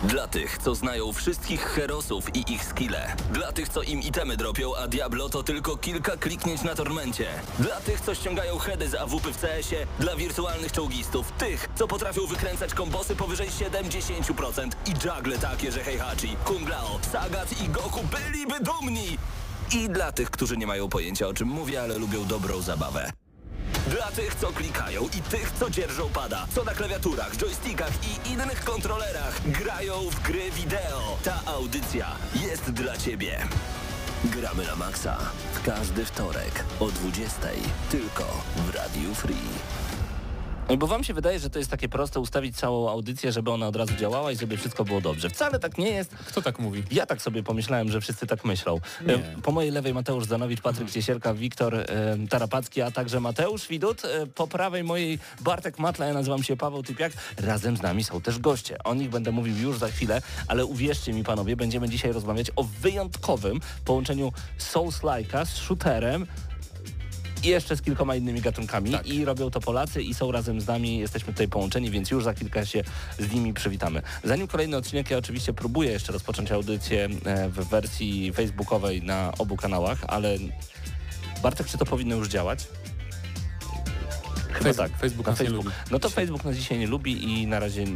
Dla tych, co znają wszystkich herosów i ich skille. Dla tych, co im itemy dropią, a Diablo to tylko kilka kliknięć na tormencie. Dla tych, co ściągają heady z AWP w CS-ie. Dla wirtualnych czołgistów. Tych, co potrafią wykręcać kombosy powyżej 70% i juggle takie, że Heihachi, Kung Lao, Sagat i Goku byliby dumni. I dla tych, którzy nie mają pojęcia, o czym mówię, ale lubią dobrą zabawę. Dla tych, co klikają i tych, co dzierżą pada, co na klawiaturach, joystickach i innych kontrolerach grają w gry wideo. Ta audycja jest dla Ciebie. Gramy na maksa w każdy wtorek o 20:00 tylko w Radiu Free. Bo wam się wydaje, że to jest takie proste ustawić całą audycję, żeby ona od razu działała i żeby wszystko było dobrze. Wcale tak nie jest. Kto tak mówi? Ja tak sobie pomyślałem, że wszyscy tak myślą. Nie. Po mojej lewej Mateusz Zanowicz, Patryk Ciesielka, Wiktor Tarapacki, a także Mateusz Widut. Po prawej mojej Bartek Matla, ja nazywam się Paweł Typiak. Razem z nami są też goście. O nich będę mówił już za chwilę, ale uwierzcie mi panowie, będziemy dzisiaj rozmawiać o wyjątkowym połączeniu Souls-like'a z shooterem i jeszcze z kilkoma innymi gatunkami. Tak. I robią to Polacy i są razem z nami, jesteśmy tutaj połączeni, więc już za kilka się z nimi przywitamy. Zanim kolejny odcinek, ja oczywiście próbuję jeszcze rozpocząć audycję w wersji facebookowej na obu kanałach, ale Bartek, czy to powinno już działać? Chyba tak. Facebook nas nie lubi. No to Facebook nas dzisiaj nie lubi i na razie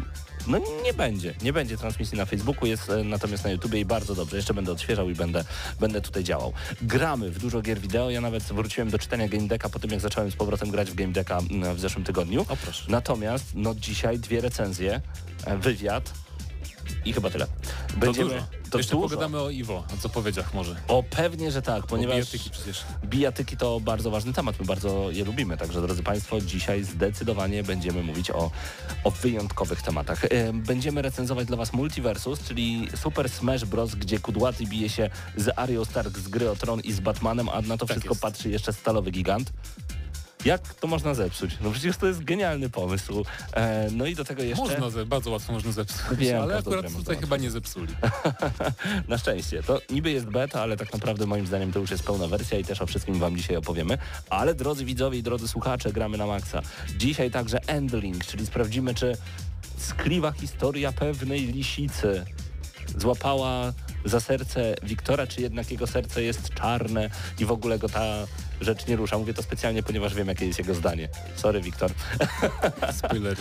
nie będzie transmisji na Facebooku, jest natomiast na YouTubie i bardzo dobrze. Jeszcze będę odświeżał i będę tutaj działał. Gramy w dużo gier wideo. Ja nawet wróciłem do czytania Game Decka po tym, jak zacząłem z powrotem grać w Game Decka w zeszłym tygodniu. O, proszę. Natomiast dzisiaj 2 recenzje, wywiad i chyba tyle. Będziemy... To jeszcze pogadamy o Iwo, o zapowiedziach może. O, pewnie, że tak, ponieważ bijatyki przecież. Bijatyki to bardzo ważny temat, my bardzo je lubimy, także drodzy Państwo, dzisiaj zdecydowanie będziemy mówić o wyjątkowych tematach. Będziemy recenzować dla Was Multiversus, czyli Super Smash Bros., gdzie Kudłaty bije się z Arią Stark z Gry o Tron i z Batmanem, a na to wszystko patrzy jeszcze stalowy gigant. Jak to można zepsuć? No przecież to jest genialny pomysł. No i do tego jeszcze... Bardzo łatwo można zepsuć, Wiem, ale akurat tutaj chyba nie zepsuli. Na szczęście. To niby jest beta, ale tak naprawdę moim zdaniem to już jest pełna wersja i też o wszystkim Wam dzisiaj opowiemy. Ale drodzy widzowie i drodzy słuchacze, gramy na maksa. Dzisiaj także Endling, czyli sprawdzimy, czy skliwa historia pewnej lisicy złapała za serce Wiktora, czy jednak jego serce jest czarne i w ogóle go ta rzecz nie rusza. Mówię to specjalnie, ponieważ wiem, jakie jest jego zdanie. Sorry, Wiktor. Spoilery.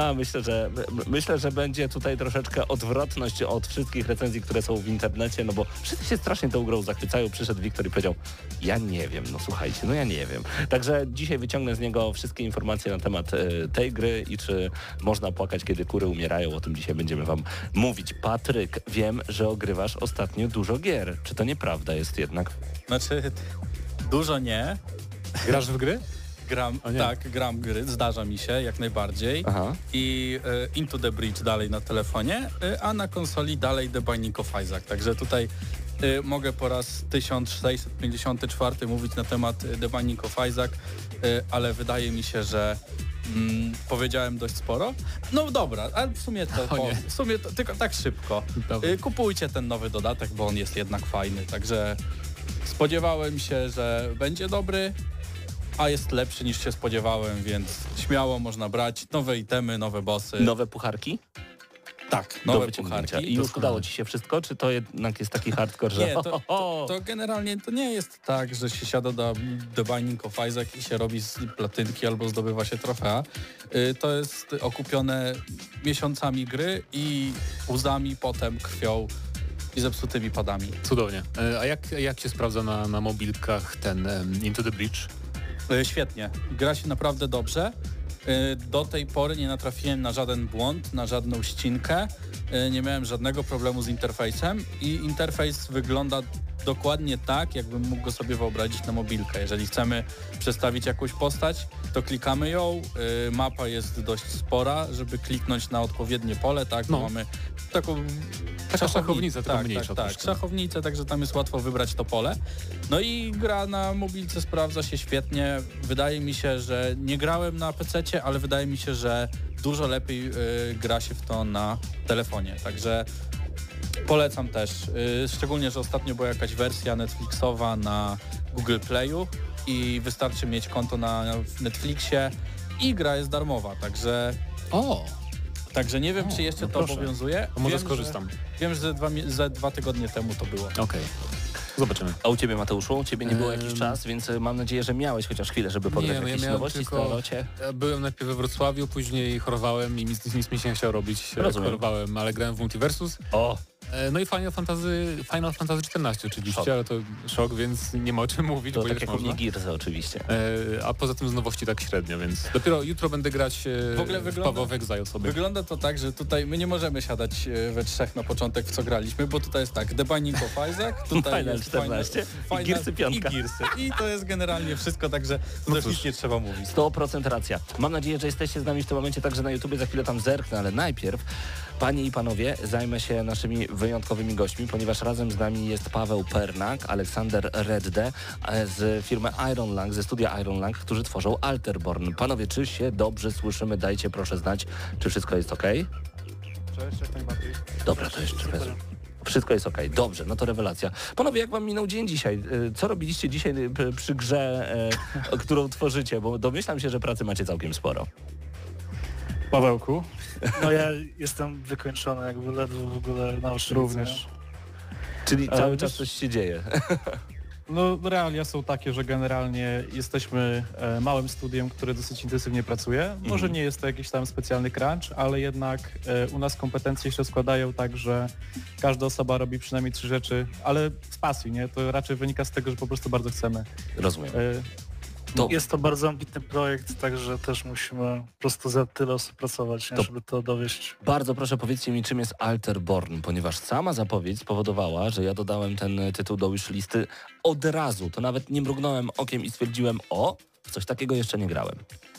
Myślę, że będzie tutaj troszeczkę odwrotność od wszystkich recenzji, które są w internecie, no bo wszyscy się strasznie tą grą zachwycają. Przyszedł Wiktor i powiedział, ja nie wiem, no słuchajcie, no ja nie wiem. Także dzisiaj wyciągnę z niego wszystkie informacje na temat tej gry i czy można płakać, kiedy kury umierają. O tym dzisiaj będziemy Wam mówić. Patryk, wiem, że ogrywasz ostatnio dużo gier. Czy to nieprawda jest jednak? Znaczy, dużo nie. Grasz w gry? Gram w gry, zdarza mi się jak najbardziej. Aha. I Into the Breach dalej na telefonie, a na konsoli dalej The Binding of Isaac. Także tutaj mogę po raz 1654 mówić na temat The Binding of Isaac, ale wydaje mi się, że powiedziałem dość sporo. No dobra, ale w sumie to tylko tak szybko. Kupujcie ten nowy dodatek, bo on jest jednak fajny, także spodziewałem się, że będzie dobry, a jest lepszy niż się spodziewałem, więc śmiało można brać nowe itemy, nowe bossy. Nowe pucharki? Tak, nowe pucharki. I już udało Ci się wszystko, czy to jednak jest taki hardcore, że... Nie, to generalnie to nie jest tak, że się siada do The Binding of Isaac i się robi z platynki albo zdobywa się trofea. To jest okupione miesiącami gry i łzami, potem krwią i zepsutymi padami. Cudownie. A jak się sprawdza na mobilkach ten Into the Breach? Świetnie. Gra się naprawdę dobrze. Do tej pory nie natrafiłem na żaden błąd, na żadną ścinkę. Nie miałem żadnego problemu z interfejsem i interfejs wygląda dokładnie tak, jakbym mógł go sobie wyobrazić na mobilkę. Jeżeli chcemy przestawić jakąś postać, to klikamy ją. Mapa jest dość spora, żeby kliknąć na odpowiednie pole, tak? No. Mamy taką szachownicę, tylko mniejsza. Tak, szachownicę, także tam jest łatwo wybrać to pole. No i gra na mobilce sprawdza się świetnie. Wydaje mi się, że nie grałem na PC-cie, ale wydaje mi się, że dużo lepiej gra się w to na telefonie. Także polecam też. Szczególnie, że ostatnio była jakaś wersja Netflixowa na Google Playu i wystarczy mieć konto na Netflixie i gra jest darmowa, także... Także nie wiem, czy jeszcze to obowiązuje. To może Wiem, skorzystam. Wiem, że ze 2 tygodnie temu to było. Okej. Zobaczymy. A u ciebie, Mateuszu? U ciebie nie było jakiś czas, więc mam nadzieję, że miałeś chociaż chwilę, żeby pograć Nie, no ja jakieś miałem nowości tylko- w Starlocie. Ja byłem najpierw we Wrocławiu, później chorowałem i nic mi się nie chciało robić. Rozumiem. Chorowałem, ale grałem w Multiversus. O, No i Final Fantasy 14 oczywiście, Szok. ale to szok, więc nie ma o czym mówić, to bo tak już jak u można. mnie Gearsy oczywiście. A poza tym z nowości tak średnio, więc dopiero jutro będę grać W ogóle w Paweł w Exile sobie. Wygląda to tak, że tutaj my nie możemy siadać we trzech na początek, w co graliśmy, bo tutaj jest tak, The Binding of Isaac, tutaj Final jest 14 i Gearsy 5. i Gearsy. I to jest generalnie wszystko, także no nic nie trzeba mówić. 100% racja. Mam nadzieję, że jesteście z nami w tym momencie także na YouTubie, za chwilę tam zerknę, ale najpierw, panie i panowie, zajmę się naszymi wyjątkowymi gośćmi, ponieważ razem z nami jest Paweł Pernak, Aleksander Redde z firmy Iron Lung, ze studia Iron Lung, którzy tworzą Alterborn. Panowie, czy się dobrze słyszymy? Dajcie proszę znać, czy wszystko jest ok? Cześć, jak najbardziej. Dobra, to jeszcze bez... Wszystko jest okej. Dobrze, no to rewelacja. Panowie, jak wam minął dzień dzisiaj? Co robiliście dzisiaj przy grze, którą tworzycie? Bo domyślam się, że pracy macie całkiem sporo. Pawełku? No ja jestem wykończony, jakby ledwo w ogóle na oczy. Również. Czyli cały wiesz- czas coś się dzieje. No realia są takie, że generalnie jesteśmy małym studiem, które dosyć intensywnie pracuje. Może nie jest to jakiś tam specjalny crunch, ale jednak u nas kompetencje się rozkładają tak, że każda osoba robi przynajmniej 3 rzeczy, ale z pasji, nie? To raczej wynika z tego, że po prostu bardzo chcemy. Rozumiem. To... Jest to bardzo ambitny projekt, także też musimy po prostu za tyle osób pracować, nie, żeby to dowieść. Bardzo proszę, powiedzcie mi, czym jest Alterborn, ponieważ sama zapowiedź spowodowała, że ja dodałem ten tytuł do wishlisty od razu. To nawet nie mrugnąłem okiem i stwierdziłem, w coś takiego jeszcze nie grałem.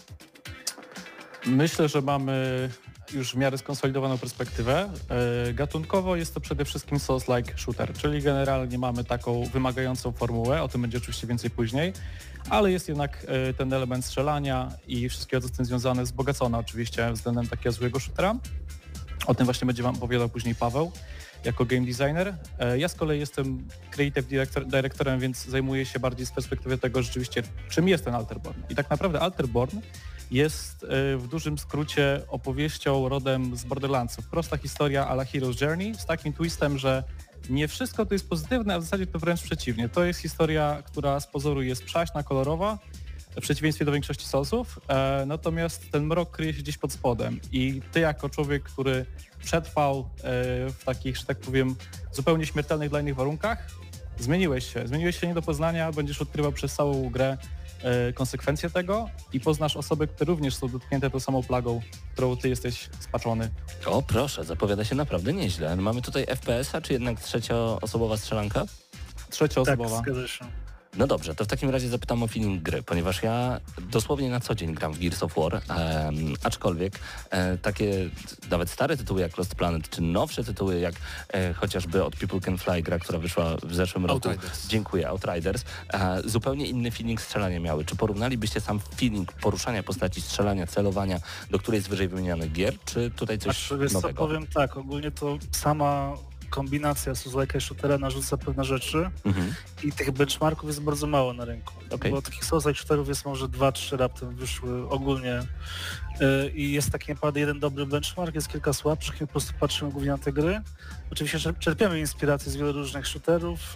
Myślę, że mamy już w miarę skonsolidowaną perspektywę. Gatunkowo jest to przede wszystkim Souls-like shooter, czyli generalnie mamy taką wymagającą formułę, o tym będzie oczywiście więcej później, ale jest jednak ten element strzelania i wszystkiego, co z tym związane, wzbogacone oczywiście względem takiego złego shootera. O tym właśnie będzie wam opowiadał później Paweł jako game designer. Ja z kolei jestem creative directorem, więc zajmuję się bardziej z perspektywy tego rzeczywiście, czym jest ten Alterborn. I tak naprawdę Alterborn jest w dużym skrócie opowieścią rodem z Borderlandsów. Prosta historia a la Hero's Journey z takim twistem, że nie wszystko to jest pozytywne, a w zasadzie to wręcz przeciwnie. To jest historia, która z pozoru jest przaśna, kolorowa, w przeciwieństwie do większości Soulsów, natomiast ten mrok kryje się gdzieś pod spodem i ty jako człowiek, który przetrwał w takich, że tak powiem, zupełnie śmiertelnych dla innych warunkach, zmieniłeś się nie do poznania, będziesz odkrywał przez całą grę konsekwencje tego i poznasz osoby, które również są dotknięte tą samą plagą, którą ty jesteś spaczony. O proszę, zapowiada się naprawdę nieźle. Mamy tutaj FPS-a, czy jednak trzecioosobowa strzelanka? Trzecioosobowa. Tak, zgadza się. No dobrze, to w takim razie zapytam o feeling gry, ponieważ ja dosłownie na co dzień gram w Gears of War, aczkolwiek takie nawet stare tytuły jak Lost Planet, czy nowsze tytuły jak chociażby od People Can Fly, gra, która wyszła w zeszłym roku. Outriders. Dziękuję, Outriders. Zupełnie inny feeling strzelania miały. Czy porównalibyście sam feeling poruszania postaci, strzelania, celowania do którejś z wyżej wymienionych gier, czy tutaj coś Znaczy, wiesz co, nowego? powiem tak, ogólnie to sama kombinacja Souls-like'a i shootera narzuca pewne rzeczy i tych benchmarków jest bardzo mało na rynku. Okej. Bo takich Souls-like shooterów jest może 2-3 raptem wyszły ogólnie i jest taki naprawdę jeden dobry benchmark, jest kilka słabszych i po prostu patrzymy głównie na te gry. Oczywiście czerpiemy inspiracje z wielu różnych shooterów,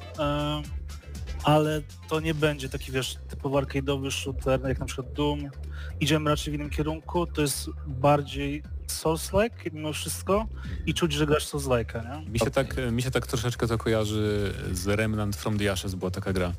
ale to nie będzie taki, wiesz, typowo arcade'owy shooter, jak na przykład Doom. Idziemy raczej w innym kierunku, to jest bardziej Souls-like mimo wszystko i czuć, że grasz Souls-like'a, nie? Mi się tak troszeczkę to kojarzy z Remnant from the Ashes, była taka gra.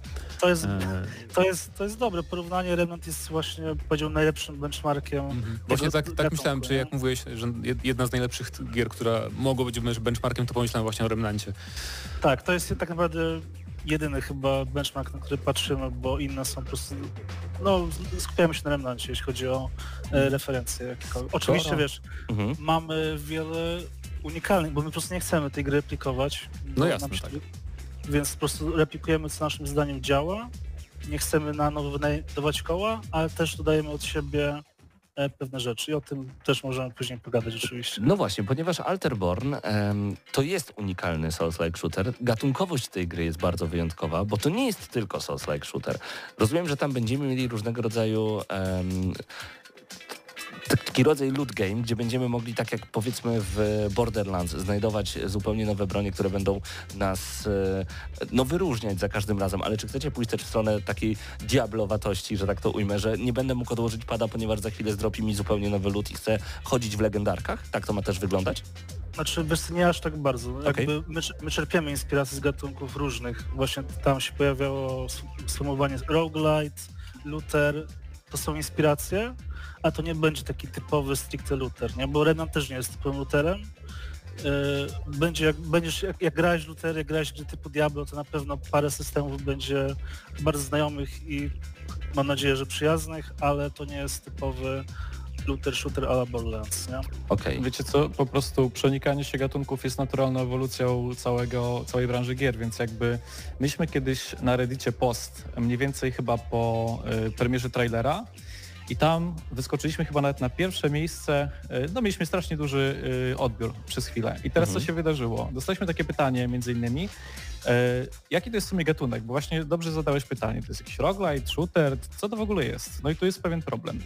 To jest dobre porównanie, Remnant jest właśnie, powiedział, najlepszym benchmarkiem. Właśnie tak gatunku, myślałem, czy jak mówiłeś, że jedna z najlepszych gier, która mogła być benchmarkiem, to pomyślałem właśnie o Remnancie. Tak, to jest tak naprawdę jedyny chyba benchmark, na który patrzymy, bo inne są po prostu, no skupiamy się na Remnancie, jeśli chodzi o referencje jakiekolwiek. Oczywiście, wiesz, mamy wiele unikalnych, bo my po prostu nie chcemy tej gry replikować. No jasne, nam się, tak. Więc po prostu replikujemy, co naszym zdaniem działa, nie chcemy na nowo wynajdować koła, ale też dodajemy od siebie pewne rzeczy i o tym też możemy później pogadać oczywiście. No właśnie, ponieważ Alterborn to jest unikalny Souls-like shooter, gatunkowość tej gry jest bardzo wyjątkowa, bo to nie jest tylko Souls-like shooter. Rozumiem, że tam będziemy mieli różnego rodzaju Taki rodzaj loot game, gdzie będziemy mogli, tak jak powiedzmy w Borderlands, znajdować zupełnie nowe bronie, które będą nas wyróżniać za każdym razem. Ale czy chcecie pójść też w stronę takiej diablowatości, że tak to ujmę, że nie będę mógł odłożyć pada, ponieważ za chwilę zdropi mi zupełnie nowy loot i chcę chodzić w legendarkach? Tak to ma też wyglądać? Znaczy, wiesz co, nie aż tak bardzo. Okej. Jakby my czerpiemy inspiracje z gatunków różnych. Właśnie tam się pojawiało sformułowanie roguelite, looter. To są inspiracje, a to nie będzie taki typowy stricte looter, nie? Bo Remnant też nie jest typowym looterem. Jak grałeś looter, jak grałeś gry typu Diablo, to na pewno parę systemów będzie bardzo znajomych i mam nadzieję, że przyjaznych, ale to nie jest typowy shooter a la Borderlands, nie? Okej. Wiecie co, po prostu przenikanie się gatunków jest naturalną ewolucją całej branży gier, więc jakby mieliśmy kiedyś na Reddicie post, mniej więcej chyba po premierze trailera i tam wyskoczyliśmy chyba nawet na pierwsze miejsce, mieliśmy strasznie duży odbiór przez chwilę. I teraz co się wydarzyło? Dostaliśmy takie pytanie między innymi, jaki to jest w sumie gatunek? Bo właśnie dobrze zadałeś pytanie, to jest jakiś roguelite, shooter, co to w ogóle jest? No i tu jest pewien problem.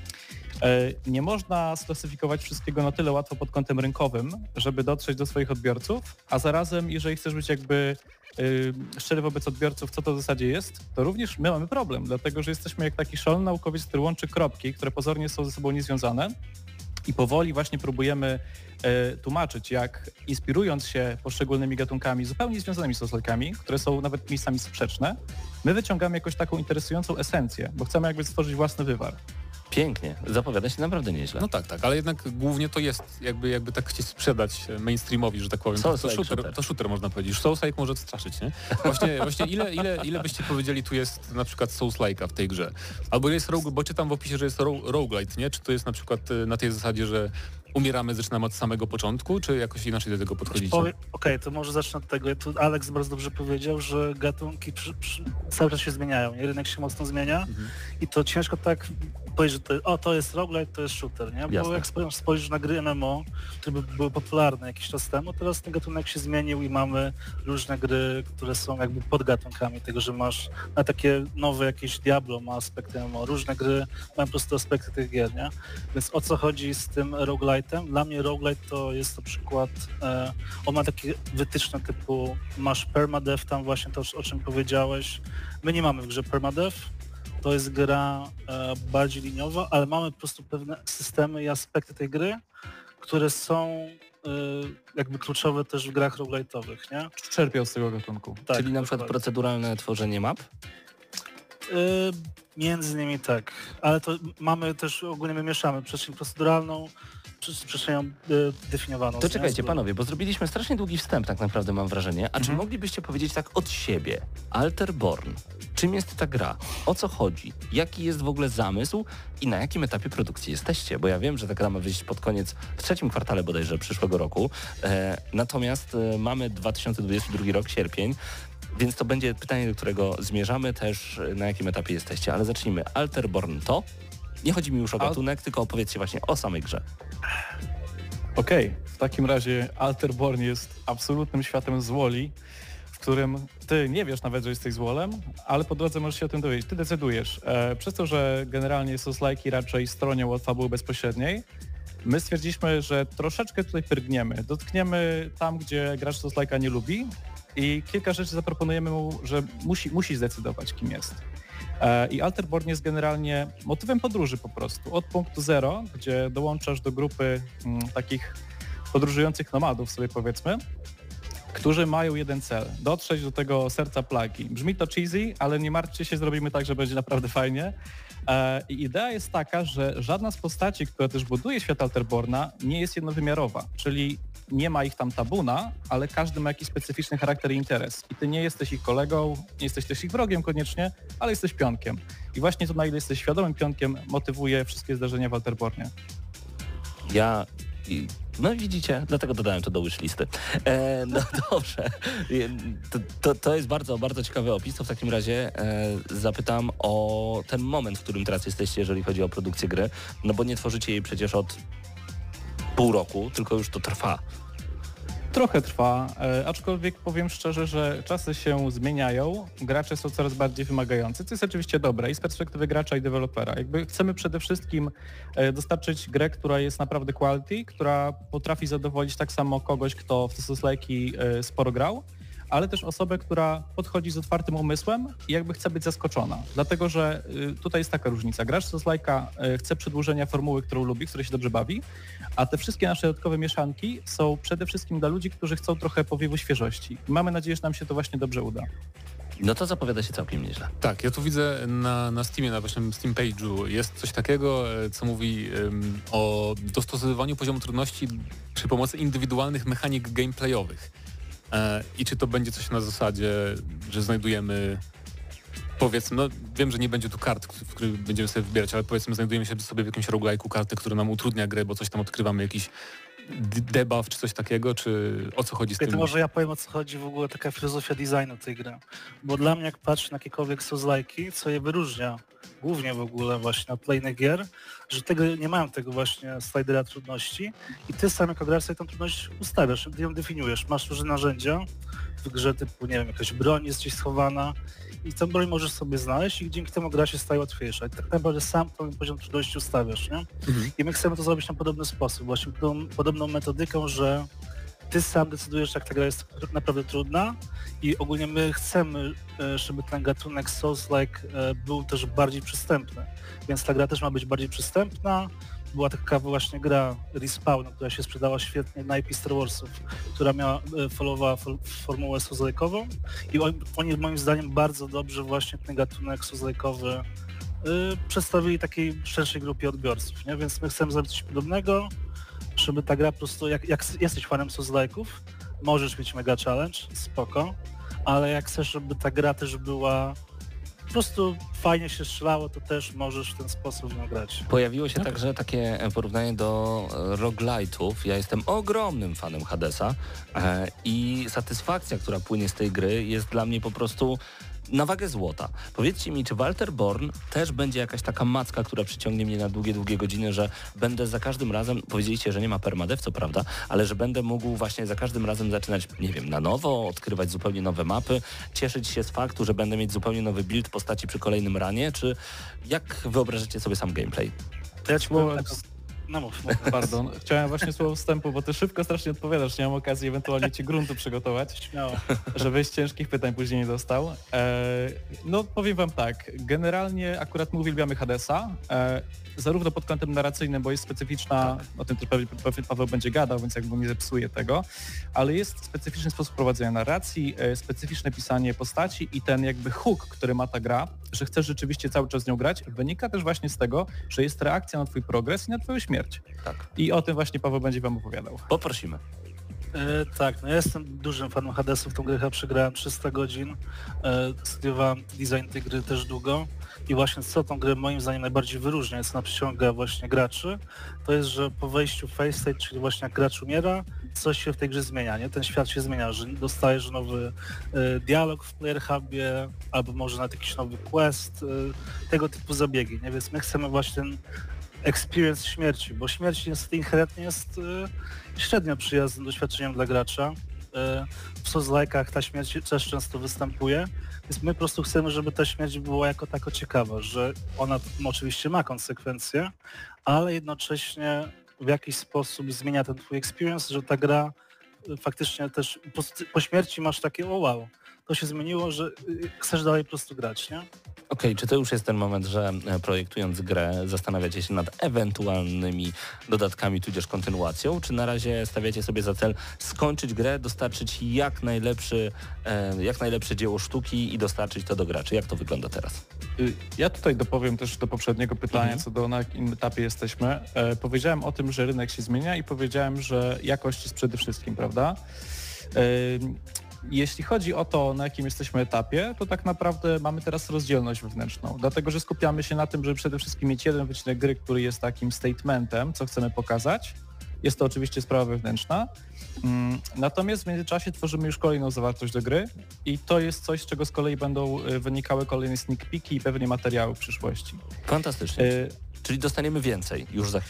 Nie można sklasyfikować wszystkiego na tyle łatwo pod kątem rynkowym, żeby dotrzeć do swoich odbiorców, a zarazem, jeżeli chcesz być jakby szczery wobec odbiorców, co to w zasadzie jest, to również my mamy problem, dlatego że jesteśmy jak taki szalony naukowiec, który łączy kropki, które pozornie są ze sobą niezwiązane i powoli właśnie próbujemy tłumaczyć, jak inspirując się poszczególnymi gatunkami zupełnie związanymi z souls-like'ami, które są nawet miejscami sprzeczne, my wyciągamy jakąś taką interesującą esencję, bo chcemy jakby stworzyć własny wywar. Pięknie. Zapowiada się naprawdę nieźle. No tak, ale jednak głównie to jest jakby tak chcieć sprzedać mainstreamowi, że tak powiem. To shooter można powiedzieć. Souls-like może straszyć, nie? Właśnie ile byście powiedzieli tu jest na przykład Souls-like'a w tej grze? Albo jest bo czytam w opisie, że jest roguelite, nie? Czy to jest na przykład na tej zasadzie, że umieramy, zaczynamy od samego początku, czy jakoś inaczej do tego podchodzicie? Okej, to może zacznę od tego. Tu Alex bardzo dobrze powiedział, że gatunki cały czas się zmieniają, nie? Rynek się mocno zmienia i to ciężko tak powiedzieć, że to jest roguelite, to jest shooter, nie? Bo Jasne. jak spojrzysz na gry MMO, które były popularne jakiś czas temu, teraz ten gatunek się zmienił i mamy różne gry, które są jakby podgatunkami tego, że masz na takie nowe jakieś Diablo ma aspekty MMO, różne gry mają po prostu aspekty tych gier, nie? Więc o co chodzi z tym roguelite'em? Dla mnie roguelite to jest na przykład, on ma takie wytyczne typu masz permadeath, tam właśnie to, o czym powiedziałeś. My nie mamy w grze permadeath, to jest gra bardziej liniowa, ale mamy po prostu pewne systemy i aspekty tej gry, które są jakby kluczowe też w grach roguelite'owych, nie? Czerpią z tego gatunku. Tak, Czyli na przykład dokładnie. proceduralne tworzenie map? Między innymi tak, ale to mamy też, ogólnie my mieszamy przestrzeń proceduralną, przestrzenią definiowaną. To czekajcie panowie, bo zrobiliśmy strasznie długi wstęp, tak naprawdę mam wrażenie. A czy moglibyście powiedzieć tak od siebie, Alterborn, czym jest ta gra? O co chodzi? Jaki jest w ogóle zamysł i na jakim etapie produkcji jesteście? Bo ja wiem, że ta gra ma wyjść pod koniec, w trzecim kwartale bodajże przyszłego roku. Natomiast mamy 2022 rok, sierpień. Więc to będzie pytanie, do którego zmierzamy też, na jakim etapie jesteście. Ale zacznijmy. Alterborn to? Nie chodzi mi już o gatunek, tylko opowiedzcie właśnie o samej grze. Okej, w takim razie Alterborn jest absolutnym światem złoli, w którym ty nie wiesz nawet, że jesteś złolem, ale po drodze możesz się o tym dowiedzieć. Ty decydujesz. Przez to, że generalnie souls-like'i raczej stronią od fabuły bezpośredniej, my stwierdziliśmy, że troszeczkę tutaj pyrgniemy. Dotkniemy tam, gdzie gracz souls-like'a nie lubi i kilka rzeczy zaproponujemy mu, że musi zdecydować, kim jest. I Alterborn jest generalnie motywem podróży po prostu. Od punktu zero, gdzie dołączasz do grupy takich podróżujących nomadów, sobie powiedzmy, którzy mają jeden cel, dotrzeć do tego serca plagi. Brzmi to cheesy, ale nie martwcie się, zrobimy tak, że będzie naprawdę fajnie. I idea jest taka, że żadna z postaci, która też buduje świat Alterborna, nie jest jednowymiarowa, czyli nie ma ich tam tabuna, ale każdy ma jakiś specyficzny charakter i interes. I ty nie jesteś ich kolegą, nie jesteś też ich wrogiem koniecznie, ale jesteś pionkiem. I właśnie to, na ile jesteś świadomym pionkiem, motywuje wszystkie zdarzenia w Alterbornie. No widzicie, dlatego dodałem to do wishlisty. No dobrze, to jest bardzo, bardzo ciekawy opis, to w takim razie zapytam o ten moment, w którym teraz jesteście, jeżeli chodzi o produkcję gry, no bo nie tworzycie jej przecież od pół roku, tylko już to trwa. Trochę trwa, aczkolwiek powiem szczerze, że czasy się zmieniają, gracze są coraz bardziej wymagający, co jest oczywiście dobre i z perspektywy gracza i dewelopera. Jakby chcemy przede wszystkim dostarczyć grę, która jest naprawdę quality, która potrafi zadowolić tak samo kogoś, kto w te Souls-like'i sporo grał, ale też osobę, która podchodzi z otwartym umysłem i jakby chce być zaskoczona. Dlatego, że tutaj jest taka różnica. Gracz Souls-like'a chce przedłużenia formuły, którą lubi, której się dobrze bawi, a te wszystkie nasze dodatkowe mieszanki są przede wszystkim dla ludzi, którzy chcą trochę powiewu świeżości. I mamy nadzieję, że nam się to właśnie dobrze uda. No to zapowiada się całkiem nieźle. Tak, ja tu widzę na Steamie, na właśnie Steam Page'u jest coś takiego, co mówi o dostosowywaniu poziomu trudności przy pomocy indywidualnych mechanik gameplayowych. I czy to będzie coś na zasadzie, że znajdujemy, powiedzmy, no wiem, że nie będzie tu kart, w których będziemy sobie wybierać, ale powiedzmy znajdujemy się sobie w jakimś roguelike'u karty, które nam utrudnia grę, bo coś tam odkrywamy, jakiś debuff czy coś takiego, czy o co chodzi z tym? To może ja powiem, o co chodzi w ogóle taka filozofia designu tej gry. Bo dla mnie jak patrzę na jakiekolwiek Souls-like'i, co je wyróżnia głównie w ogóle właśnie na kolejnych gier, że tego nie mają tego właśnie slidera trudności i ty sam jako gracz sobie tą trudność ustawiasz, ty ją definiujesz. Masz różne narzędzia w grze typu, nie wiem, jakaś broń jest gdzieś schowana i tę broń możesz sobie znaleźć i dzięki temu gra się staje łatwiejsza. I tak naprawdę sam ten poziom trudności ustawiasz, nie? I my chcemy to zrobić na podobny sposób, właśnie podobną metodyką, że ty sam decydujesz, jak ta gra jest naprawdę trudna i ogólnie my chcemy, żeby ten gatunek Souls-like był też bardziej przystępny. Więc ta gra też ma być bardziej przystępna. Była taka właśnie gra Respawn, która się sprzedała świetnie na IP Star Warsów, która followowała formułę Souls-like'ową i oni moim zdaniem bardzo dobrze właśnie ten gatunek Souls-like'owy przedstawili takiej szerszej grupie odbiorców, nie? Więc my chcemy zrobić coś podobnego, żeby ta gra po prostu, jak jesteś fanem Souls-like'ów, możesz mieć mega challenge, spoko, ale jak chcesz, żeby ta gra też była po prostu fajnie się strzelało, to też możesz w ten sposób grać. Pojawiło się także takie porównanie do roguelite'ów. Ja jestem ogromnym fanem Hadesa i satysfakcja, która płynie z tej gry jest dla mnie po prostu na wagę złota. Powiedzcie mi, czy Walter Born też będzie jakaś taka macka, która przyciągnie mnie na długie godziny, że będę za każdym razem, powiedzieliście, że nie ma permadev, co prawda, ale że będę mógł właśnie za każdym razem zaczynać, nie wiem, na nowo, odkrywać zupełnie nowe mapy, cieszyć się z faktu, że będę mieć zupełnie nowy build postaci przy kolejnym ranie, czy jak wyobrażacie sobie sam gameplay? To ja ci powiem tak... No mów. Pardon, chciałem właśnie słowo wstępu, bo ty szybko strasznie odpowiadasz, nie mam okazji ewentualnie ci gruntu przygotować, Śmiało. żebyś ciężkich pytań później nie dostał. No powiem wam tak, generalnie akurat my uwielbiamy Hadesa, zarówno pod kątem narracyjnym, bo jest specyficzna, o tym też pewnie Paweł będzie gadał, więc jakby nie zepsuje tego, ale jest specyficzny sposób prowadzenia narracji, specyficzne pisanie postaci i ten jakby hook, który ma ta gra, że chcesz rzeczywiście cały czas z nią grać, wynika też właśnie z tego, że jest reakcja na twój progres i na twoją śmierć. Tak. I o tym właśnie Paweł będzie wam opowiadał. Poprosimy. Tak, no ja jestem dużym fanem Hadesów, tą grę chyba przegrałem 300 godzin, studiowałem design tej gry też długo i właśnie co tą grę moim zdaniem najbardziej wyróżnia, co przyciąga właśnie graczy, to jest, że po wejściu w Face State, czyli właśnie jak gracz umiera, coś się w tej grze zmienia, nie? Ten świat się zmienia, że dostajesz nowy dialog w Player Hubie, albo może nawet jakiś nowy quest, tego typu zabiegi, nie? Więc my chcemy właśnie ten experience śmierci, bo śmierć niestety inherentnie jest średnio przyjaznym doświadczeniem dla gracza. W Souls-like'ach ta śmierć też często występuje, więc my po prostu chcemy, żeby ta śmierć była jako tako ciekawa, że ona oczywiście ma konsekwencje, ale jednocześnie w jakiś sposób zmienia ten twój experience, że ta gra faktycznie też po śmierci masz takie o wow, to się zmieniło, że chcesz dalej po prostu grać, nie? Okej, czy to już jest ten moment, że projektując grę zastanawiacie się nad ewentualnymi dodatkami tudzież kontynuacją, czy na razie stawiacie sobie za cel skończyć grę, dostarczyć jak najlepsze dzieło sztuki i dostarczyć to do graczy? Jak to wygląda teraz? Ja tutaj dopowiem też do poprzedniego pytania, co do na jakim etapie jesteśmy. Powiedziałem o tym, że rynek się zmienia i powiedziałem, że jakość jest przede wszystkim, prawda? Jeśli chodzi o to, na jakim jesteśmy etapie, to tak naprawdę mamy teraz rozdzielność wewnętrzną, dlatego że skupiamy się na tym, żeby przede wszystkim mieć jeden wycinek gry, który jest takim statementem, co chcemy pokazać. Jest to oczywiście sprawa wewnętrzna. Natomiast w międzyczasie tworzymy już kolejną zawartość do gry i to jest coś, z czego z kolei będą wynikały kolejne sneak peeki i pewnie materiały w przyszłości. Fantastycznie. Czyli dostaniemy więcej już za chwilę.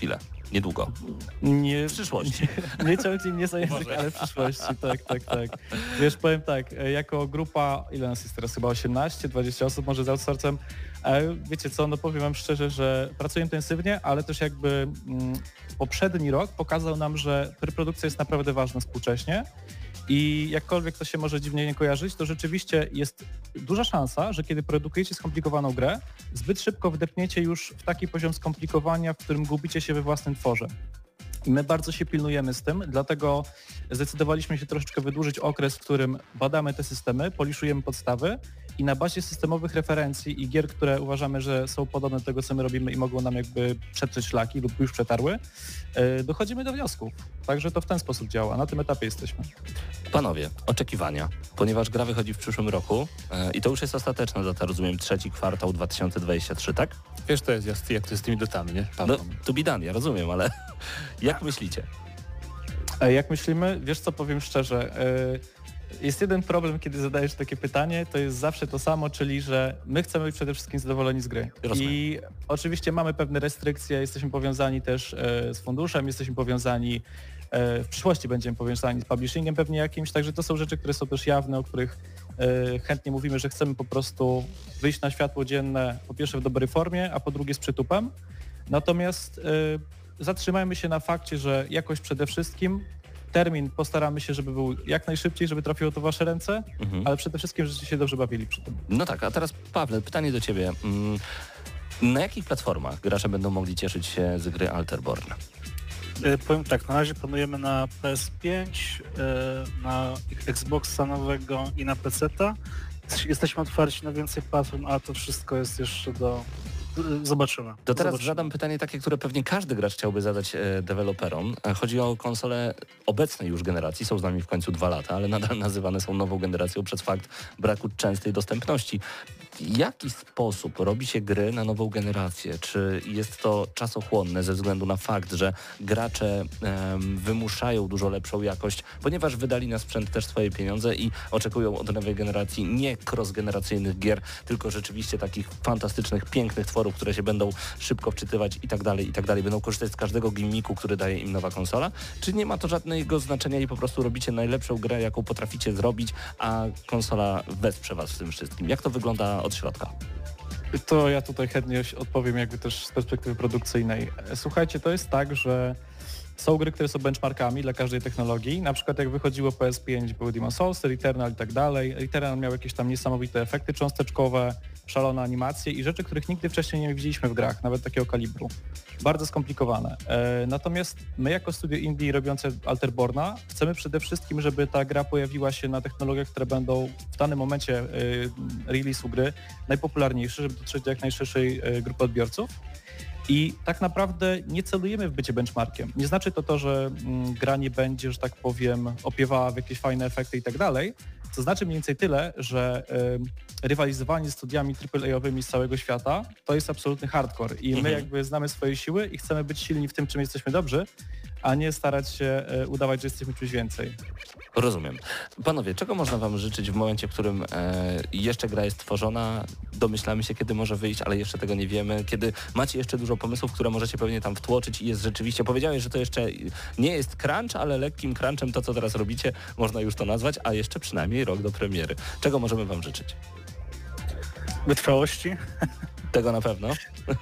Niedługo. Nie, W przyszłości. Nie ciągnij mnie za język, ale w przyszłości, tak. Wiesz, powiem tak, jako grupa, ile nas jest teraz, chyba 18, 20 osób może z outsourcem, wiecie co, no powiem wam szczerze, że pracuję intensywnie, ale też jakby poprzedni rok pokazał nam, że preprodukcja jest naprawdę ważna współcześnie i jakkolwiek to się może dziwnie nie kojarzyć, to rzeczywiście jest duża szansa, że kiedy produkujecie skomplikowaną grę, zbyt szybko wdepniecie już w taki poziom skomplikowania, w którym gubicie się we własnym tworze. I my bardzo się pilnujemy z tym, dlatego zdecydowaliśmy się troszeczkę wydłużyć okres, w którym badamy te systemy, poliszujemy podstawy i na bazie systemowych referencji i gier, które uważamy, że są podobne do tego, co my robimy i mogą nam jakby przetrzeć szlaki lub już przetarły, dochodzimy do wniosków. Także to w ten sposób działa. Na tym etapie jesteśmy. Panowie, oczekiwania, ponieważ gra wychodzi w przyszłym roku i to już jest ostateczna data, rozumiem, 3 kwartał 2023, tak? Wiesz, to jest jak to jest z tymi datami, nie? No, to be done, ja rozumiem, ale jak myślicie? Jak myślimy? Wiesz co, powiem szczerze, jest jeden problem, kiedy zadajesz takie pytanie, to jest zawsze to samo, czyli że my chcemy być przede wszystkim zadowoleni z gry. Rozumiem. I oczywiście mamy pewne restrykcje, jesteśmy powiązani też z funduszem, jesteśmy powiązani, w przyszłości będziemy powiązani z publishingiem pewnie jakimś, także to są rzeczy, które są też jawne, o których chętnie mówimy, że chcemy po prostu wyjść na światło dzienne, po pierwsze w dobrej formie, a po drugie z przytupem. Natomiast zatrzymajmy się na fakcie, że jakoś przede wszystkim termin postaramy się, żeby był jak najszybciej, żeby trafiło to w wasze ręce, ale przede wszystkim, żebyście się dobrze bawili przy tym. No tak, a teraz Pawle, pytanie do ciebie. Na jakich platformach gracze będą mogli cieszyć się z gry Alterborn? Powiem tak, na razie planujemy na PS5, na Xboxa nowego i na PC-ta. Jesteśmy otwarci na więcej platform, a to wszystko jest jeszcze zobaczymy. To teraz zadam pytanie takie, które pewnie każdy gracz chciałby zadać deweloperom. Chodzi o konsole obecnej już generacji, są z nami w końcu 2 lata, ale nadal nazywane są nową generacją przez fakt braku częstej dostępności. W jaki sposób robi się gry na nową generację? Czy jest to czasochłonne ze względu na fakt, że gracze wymuszają dużo lepszą jakość, ponieważ wydali na sprzęt też swoje pieniądze i oczekują od nowej generacji nie cross-generacyjnych gier, tylko rzeczywiście takich fantastycznych, pięknych tworów, które się będą szybko wczytywać i tak dalej, będą korzystać z każdego gimmiku, który daje im nowa konsola? Czy nie ma to żadnego znaczenia i po prostu robicie najlepszą grę, jaką potraficie zrobić, a konsola wesprze was w tym wszystkim? Jak to wygląda od środka? To ja tutaj chętnie odpowiem jakby też z perspektywy produkcyjnej. Słuchajcie, to jest tak, że są gry, które są benchmarkami dla każdej technologii. Na przykład jak wychodziło PS5, były Demon's Souls, Returnal i tak dalej. Returnal miał jakieś tam niesamowite efekty cząsteczkowe, szalone animacje i rzeczy, których nigdy wcześniej nie widzieliśmy w grach, nawet takiego kalibru. Bardzo skomplikowane. Natomiast my jako studio indie robiące Alterborna chcemy przede wszystkim, żeby ta gra pojawiła się na technologiach, które będą w danym momencie release'u gry najpopularniejsze, żeby dotrzeć do jak najszerszej grupy odbiorców. I tak naprawdę nie celujemy w bycie benchmarkiem. Nie znaczy to, że gra nie będzie, że tak powiem, opiewała w jakieś fajne efekty i tak dalej. To znaczy mniej więcej tyle, że rywalizowanie z studiami AAA-owymi z całego świata to jest absolutny hardcore i my jakby znamy swoje siły i chcemy być silni w tym, czym jesteśmy dobrzy, a nie starać się udawać, że jesteśmy czymś więcej. Rozumiem. Panowie, czego można wam życzyć w momencie, w którym jeszcze gra jest tworzona, domyślamy się, kiedy może wyjść, ale jeszcze tego nie wiemy, kiedy macie jeszcze dużo pomysłów, które możecie pewnie tam wtłoczyć i jest rzeczywiście, powiedziałeś, że to jeszcze nie jest crunch, ale lekkim crunchem to, co teraz robicie, można już to nazwać, a jeszcze przynajmniej rok do premiery. Czego możemy wam życzyć? Wytrwałości. Tego na pewno.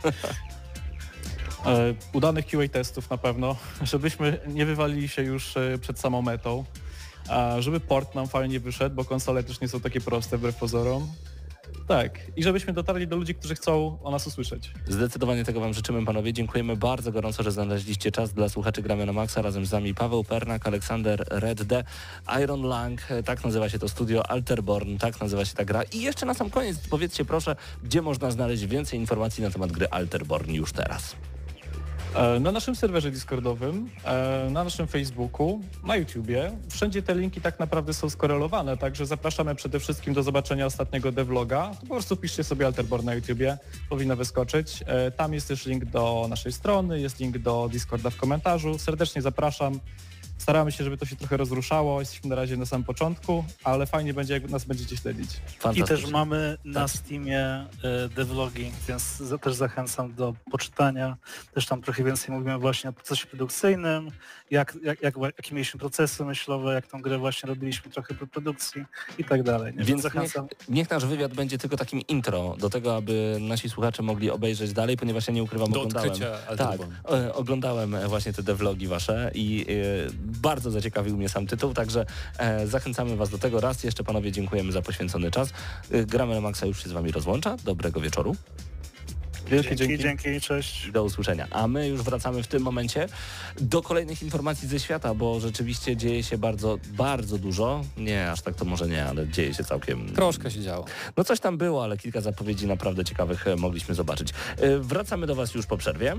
Udanych QA testów na pewno, żebyśmy nie wywalili się już przed samą metą, żeby port nam fajnie wyszedł, bo konsole też nie są takie proste wbrew pozorom. Tak, i żebyśmy dotarli do ludzi, którzy chcą o nas usłyszeć. Zdecydowanie tego wam życzymy, panowie. Dziękujemy bardzo gorąco, że znaleźliście czas dla słuchaczy Gramy na Maxa. Razem z nami Paweł Pernak, Aleksander Red D, Iron Lang, tak nazywa się to studio, Alterborn, tak nazywa się ta gra. I jeszcze na sam koniec powiedzcie proszę, gdzie można znaleźć więcej informacji na temat gry Alterborn już teraz. Na naszym serwerze Discordowym, na naszym Facebooku, na YouTubie. Wszędzie te linki tak naprawdę są skorelowane, także zapraszamy przede wszystkim do zobaczenia ostatniego devloga. Po prostu piszcie sobie Alterborn na YouTubie, powinno wyskoczyć. Tam jest też link do naszej strony, jest link do Discorda w komentarzu. Serdecznie zapraszam. Staramy się, żeby to się trochę rozruszało, jesteśmy na razie na samym początku, ale fajnie będzie, jak nas będziecie śledzić. I też mamy na Steamie devlogi, więc też zachęcam do poczytania. Też tam trochę więcej mówimy właśnie o procesie produkcyjnym, jakie mieliśmy procesy myślowe, jak tą grę właśnie robiliśmy trochę po produkcji i tak dalej. Nie? Więc zachęcam. niech nasz wywiad będzie tylko takim intro do tego, aby nasi słuchacze mogli obejrzeć dalej, ponieważ ja nie ukrywam, oglądałem właśnie te devlogi wasze i bardzo zaciekawił mnie sam tytuł, także zachęcamy was do tego. Raz jeszcze panowie dziękujemy za poświęcony czas. Gramy na Maxa już się z wami rozłącza. Dobrego wieczoru. Dzięki, cześć. Do usłyszenia. A my już wracamy w tym momencie do kolejnych informacji ze świata, bo rzeczywiście dzieje się bardzo, bardzo dużo. Nie, aż tak to może nie, ale dzieje się całkiem... Troszkę się działo. No coś tam było, ale kilka zapowiedzi naprawdę ciekawych mogliśmy zobaczyć. Wracamy do was już po przerwie.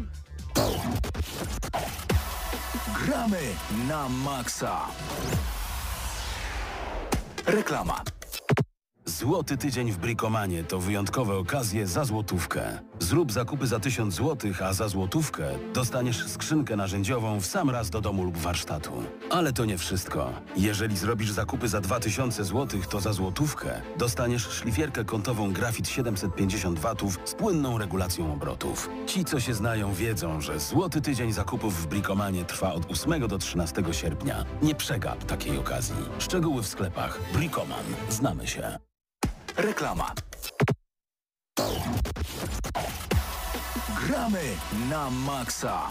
Gramy na Maxa. Reklama. Złoty tydzień w Brikomanie to wyjątkowe okazje za złotówkę. Zrób zakupy za 1000 zł, a za złotówkę dostaniesz skrzynkę narzędziową w sam raz do domu lub warsztatu. Ale to nie wszystko. Jeżeli zrobisz zakupy za 2000 zł, to za złotówkę dostaniesz szlifierkę kątową Grafit 750 W z płynną regulacją obrotów. Ci, co się znają, wiedzą, że złoty tydzień zakupów w Brikomanie trwa od 8 do 13 sierpnia. Nie przegap takiej okazji. Szczegóły w sklepach. Brikoman. Znamy się. Reklama. Gramy na Maxa.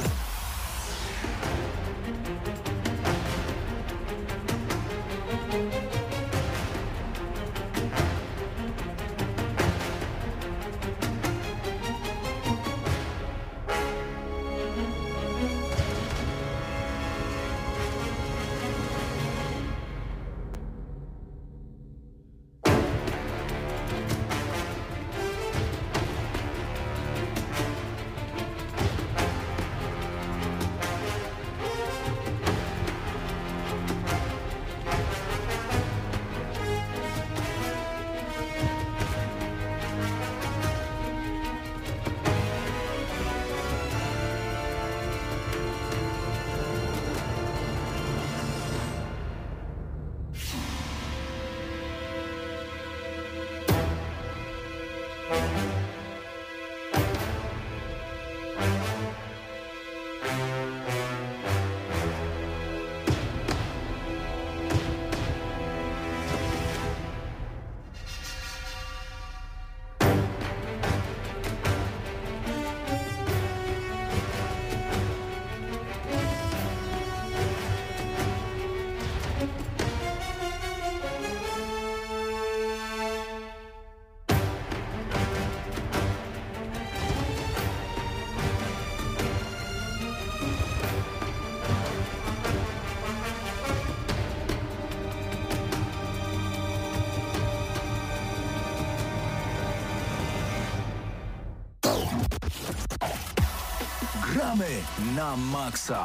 Gramy na Maxa.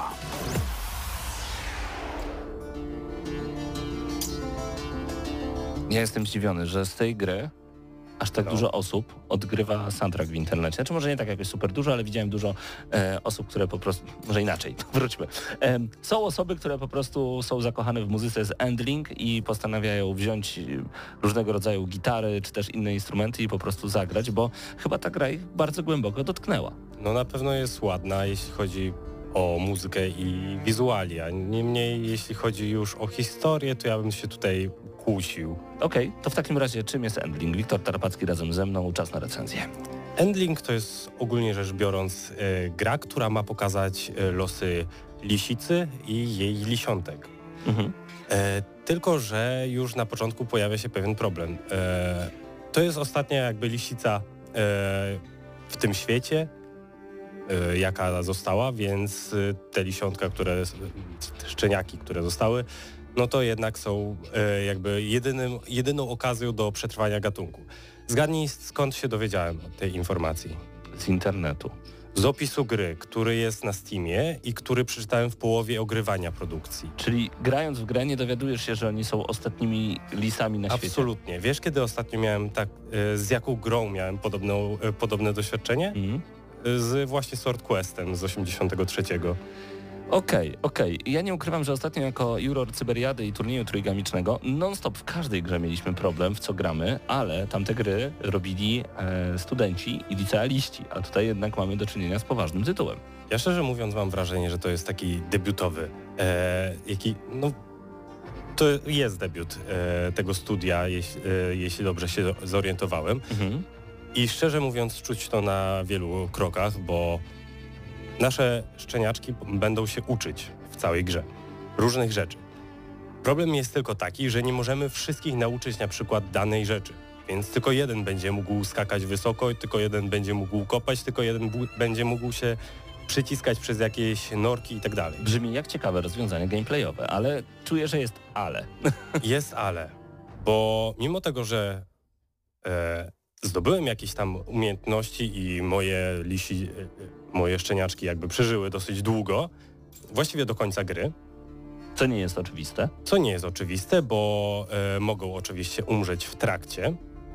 Ja jestem zdziwiony, że z tej gry aż tak dużo osób odgrywa soundtrack w internecie. Znaczy może nie tak jakoś super dużo, ale widziałem dużo osób, które po prostu... Może inaczej, wróćmy. Są osoby, które po prostu są zakochane w muzyce z Endling i postanawiają wziąć różnego rodzaju gitary czy też inne instrumenty i po prostu zagrać, bo chyba ta gra ich bardzo głęboko dotknęła. No na pewno jest ładna, jeśli chodzi o muzykę i wizualia. Niemniej jeśli chodzi już o historię, to ja bym się tutaj kłócił. Okej, to w takim razie czym jest Endling? Wiktor Tarapacki razem ze mną, czas na recenzję. Endling to jest ogólnie rzecz biorąc gra, która ma pokazać losy lisicy i jej lisiątek. Tylko że już na początku pojawia się pewien problem. To jest ostatnia jakby lisica w tym świecie, jaka została, więc te lisiątka, te szczeniaki, które zostały, no to jednak są jakby jedyną okazją do przetrwania gatunku. Zgadnij, skąd się dowiedziałem o tej informacji. Z internetu. Z opisu gry, który jest na Steamie i który przeczytałem w połowie ogrywania produkcji. Czyli grając w grę nie dowiadujesz się, że oni są ostatnimi lisami na świecie? Absolutnie. Wiesz, kiedy ostatnio miałem z jaką grą miałem podobne doświadczenie? Z właśnie Sword Questem z 83. Okej. Ja nie ukrywam, że ostatnio jako juror Cyberiady i turnieju trójgamicznego non-stop w każdej grze mieliśmy problem, w co gramy, ale tamte gry robili studenci i licealiści, a tutaj jednak mamy do czynienia z poważnym tytułem. Ja szczerze mówiąc mam wrażenie, że to jest taki debiutowy, to jest debiut tego studia, jeśli dobrze się zorientowałem. I szczerze mówiąc czuć to na wielu krokach, bo nasze szczeniaczki będą się uczyć w całej grze różnych rzeczy. Problem jest tylko taki, że nie możemy wszystkich nauczyć na przykład danej rzeczy. Więc tylko jeden będzie mógł skakać wysoko, tylko jeden będzie mógł kopać, tylko jeden będzie mógł się przyciskać przez jakieś norki i tak dalej. Brzmi jak ciekawe rozwiązanie gameplayowe, ale czuję, że jest ale. Jest ale, bo mimo tego, że zdobyłem jakieś tam umiejętności i moje szczeniaczki jakby przeżyły dosyć długo, właściwie do końca gry. Co nie jest oczywiste. Co nie jest oczywiste, bo mogą oczywiście umrzeć w trakcie.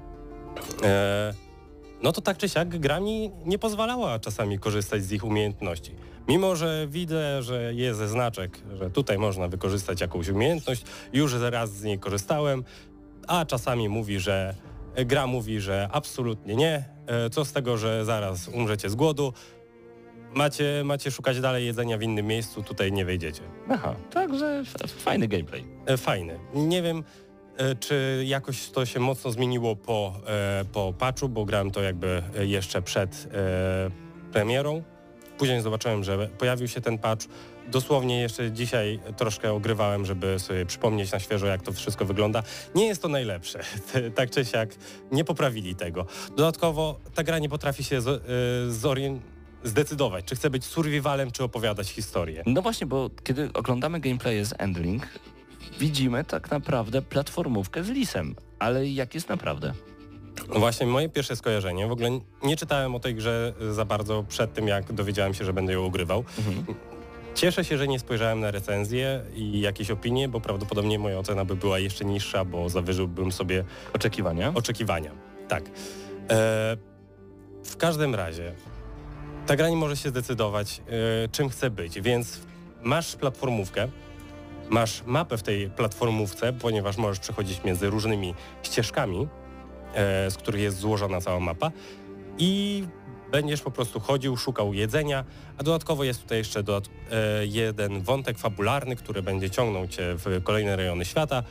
No to tak czy siak gra mi nie pozwalała czasami korzystać z ich umiejętności. Mimo że widzę, że jest znaczek, że tutaj można wykorzystać jakąś umiejętność, już raz z niej korzystałem, a czasami gra mówi, że absolutnie nie. Co z tego, że zaraz umrzecie z głodu. Macie szukać dalej jedzenia w innym miejscu, tutaj nie wejdziecie. Aha, także fajny gameplay. Fajny. Nie wiem, czy jakoś to się mocno zmieniło po patchu, bo grałem to jakby jeszcze przed premierą. Później zobaczyłem, że pojawił się ten patch. Dosłownie jeszcze dzisiaj troszkę ogrywałem, żeby sobie przypomnieć na świeżo, jak to wszystko wygląda. Nie jest to najlepsze. Tak czy siak nie poprawili tego. Dodatkowo ta gra nie potrafi się zdecydować, czy chce być survivalem, czy opowiadać historię. No właśnie, bo kiedy oglądamy gameplaye z Endling, widzimy tak naprawdę platformówkę z lisem. Ale jak jest naprawdę? No właśnie, moje pierwsze skojarzenie, w ogóle nie czytałem o tej grze za bardzo przed tym, jak dowiedziałem się, że będę ją ogrywał. Cieszę się, że nie spojrzałem na recenzję i jakieś opinie, bo prawdopodobnie moja ocena by była jeszcze niższa, bo zawyżyłbym sobie oczekiwania. Tak. W każdym razie ta gra nie może się zdecydować, czym chce być, więc masz platformówkę, masz mapę w tej platformówce, ponieważ możesz przechodzić między różnymi ścieżkami, z których jest złożona cała mapa i będziesz po prostu chodził, szukał jedzenia, a dodatkowo jest tutaj jeszcze jeden wątek fabularny, który będzie ciągnął cię w kolejne rejony świata.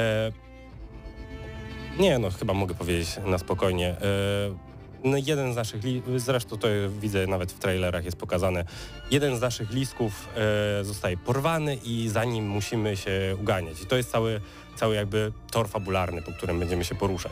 Chyba mogę powiedzieć na spokojnie. Jeden z naszych, zresztą to widzę nawet w trailerach jest pokazane, jeden z naszych lisków zostaje porwany i za nim musimy się uganiać. I to jest cały jakby tor fabularny, po którym będziemy się poruszać.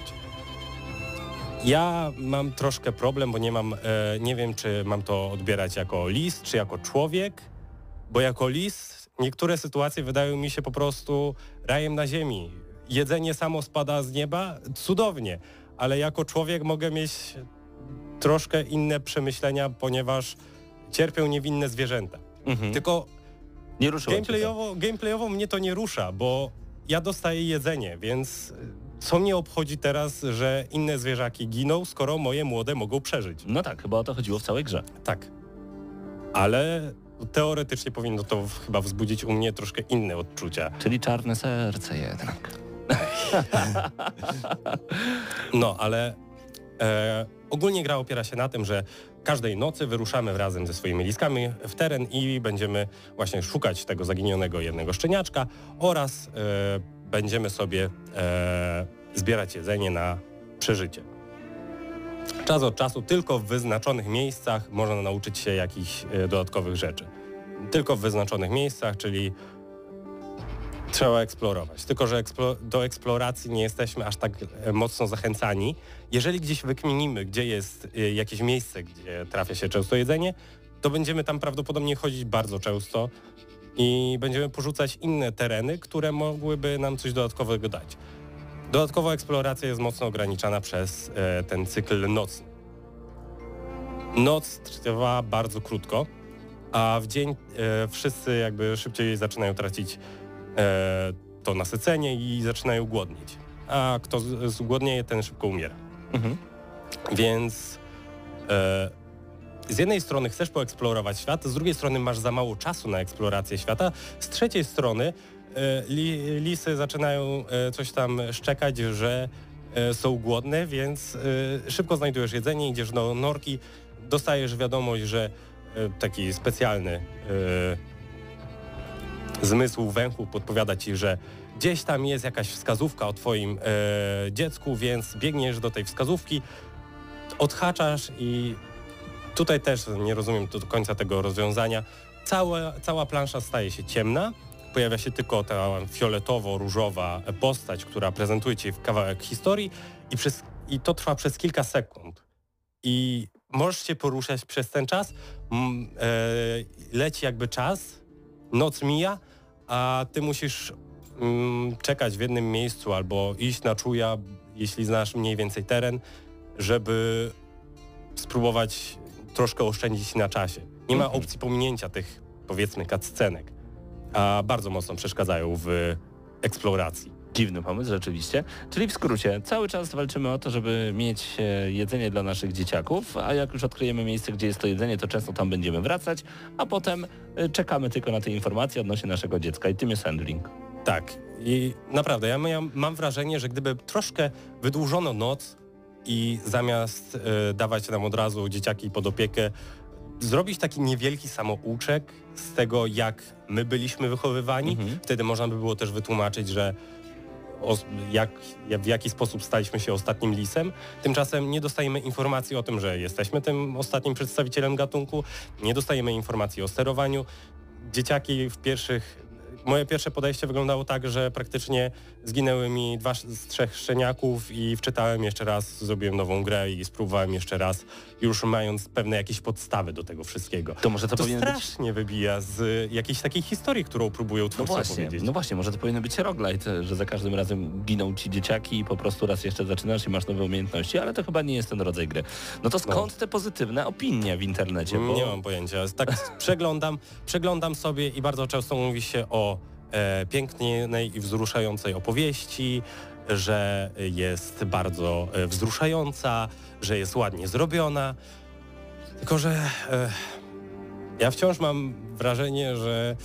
Ja mam troszkę problem, bo nie wiem, czy mam to odbierać jako lis, czy jako człowiek, bo jako lis niektóre sytuacje wydają mi się po prostu rajem na ziemi. Jedzenie samo spada z nieba, cudownie, ale jako człowiek mogę mieć troszkę inne przemyślenia, ponieważ cierpią niewinne zwierzęta. Tylko nie ruszyło gameplayowo mnie to nie rusza, bo ja dostaję jedzenie, więc co mnie obchodzi teraz, że inne zwierzaki giną, skoro moje młode mogą przeżyć? No tak, chyba o to chodziło w całej grze. Tak. Ale teoretycznie powinno to chyba wzbudzić u mnie troszkę inne odczucia. Czyli czarne serce jednak. No, ale ogólnie gra opiera się na tym, że każdej nocy wyruszamy razem ze swoimi liskami w teren i będziemy właśnie szukać tego zaginionego jednego szczeniaczka oraz będziemy sobie zbierać jedzenie na przeżycie. Czas od czasu tylko w wyznaczonych miejscach można nauczyć się jakichś dodatkowych rzeczy. Tylko w wyznaczonych miejscach, czyli trzeba eksplorować. Tylko że do eksploracji nie jesteśmy aż tak mocno zachęcani. Jeżeli gdzieś wykminimy, gdzie jest jakieś miejsce, gdzie trafia się często jedzenie, to będziemy tam prawdopodobnie chodzić bardzo często i będziemy porzucać inne tereny, które mogłyby nam coś dodatkowego dać. Dodatkowo eksploracja jest mocno ograniczana przez ten cykl nocny. Noc trwa bardzo krótko, a w dzień wszyscy jakby szybciej zaczynają tracić to nasycenie i zaczynają głodnieć. A kto zgłodnieje, ten szybko umiera. Więc z jednej strony chcesz poeksplorować świat, z drugiej strony masz za mało czasu na eksplorację świata, z trzeciej strony lisy zaczynają coś tam szczekać, że są głodne, więc szybko znajdujesz jedzenie, idziesz do norki, dostajesz wiadomość, że taki specjalny zmysł węchu podpowiada ci, że gdzieś tam jest jakaś wskazówka o twoim dziecku, więc biegniesz do tej wskazówki, odhaczasz i tutaj też nie rozumiem do końca tego rozwiązania. Cała plansza staje się ciemna, pojawia się tylko ta fioletowo-różowa postać, która prezentuje ci kawałek historii i to trwa przez kilka sekund. I możesz się poruszać przez ten czas, leci jakby czas, noc mija, a ty musisz czekać w jednym miejscu albo iść na czuja, jeśli znasz mniej więcej teren, żeby spróbować troszkę oszczędzić na czasie. Nie ma opcji pominięcia tych, powiedzmy, cutscenek, a bardzo mocno przeszkadzają w eksploracji. Dziwny pomysł, rzeczywiście. Czyli w skrócie, cały czas walczymy o to, żeby mieć jedzenie dla naszych dzieciaków, a jak już odkryjemy miejsce, gdzie jest to jedzenie, to często tam będziemy wracać, a potem czekamy tylko na te informacje odnośnie naszego dziecka i tym jest handling. Tak. I naprawdę, ja mam wrażenie, że gdyby troszkę wydłużono noc i zamiast dawać nam od razu dzieciaki pod opiekę, zrobić taki niewielki samouczek z tego, jak my byliśmy wychowywani, wtedy można by było też wytłumaczyć, że w jaki sposób staliśmy się ostatnim lisem. Tymczasem nie dostajemy informacji o tym, że jesteśmy tym ostatnim przedstawicielem gatunku, nie dostajemy informacji o sterowaniu. Dzieciaki moje pierwsze podejście wyglądało tak, że praktycznie zginęły mi 2 z 3 szczeniaków i wczytałem jeszcze raz, zrobiłem nową grę i spróbowałem jeszcze raz, już mając pewne jakieś podstawy do tego wszystkiego. To może to powinien strasznie wybija z jakiejś takiej historii, którą próbują twórcy powiedzieć. No właśnie, może to powinien być roguelite, że za każdym razem giną ci dzieciaki i po prostu raz jeszcze zaczynasz i masz nowe umiejętności, ale to chyba nie jest ten rodzaj gry. No to skąd te pozytywne opinie w internecie? Bo... Nie mam pojęcia. Tak przeglądam sobie i bardzo często mówi się o pięknej i wzruszającej opowieści, że jest bardzo wzruszająca, że jest ładnie zrobiona. Tylko że ja wciąż mam wrażenie, że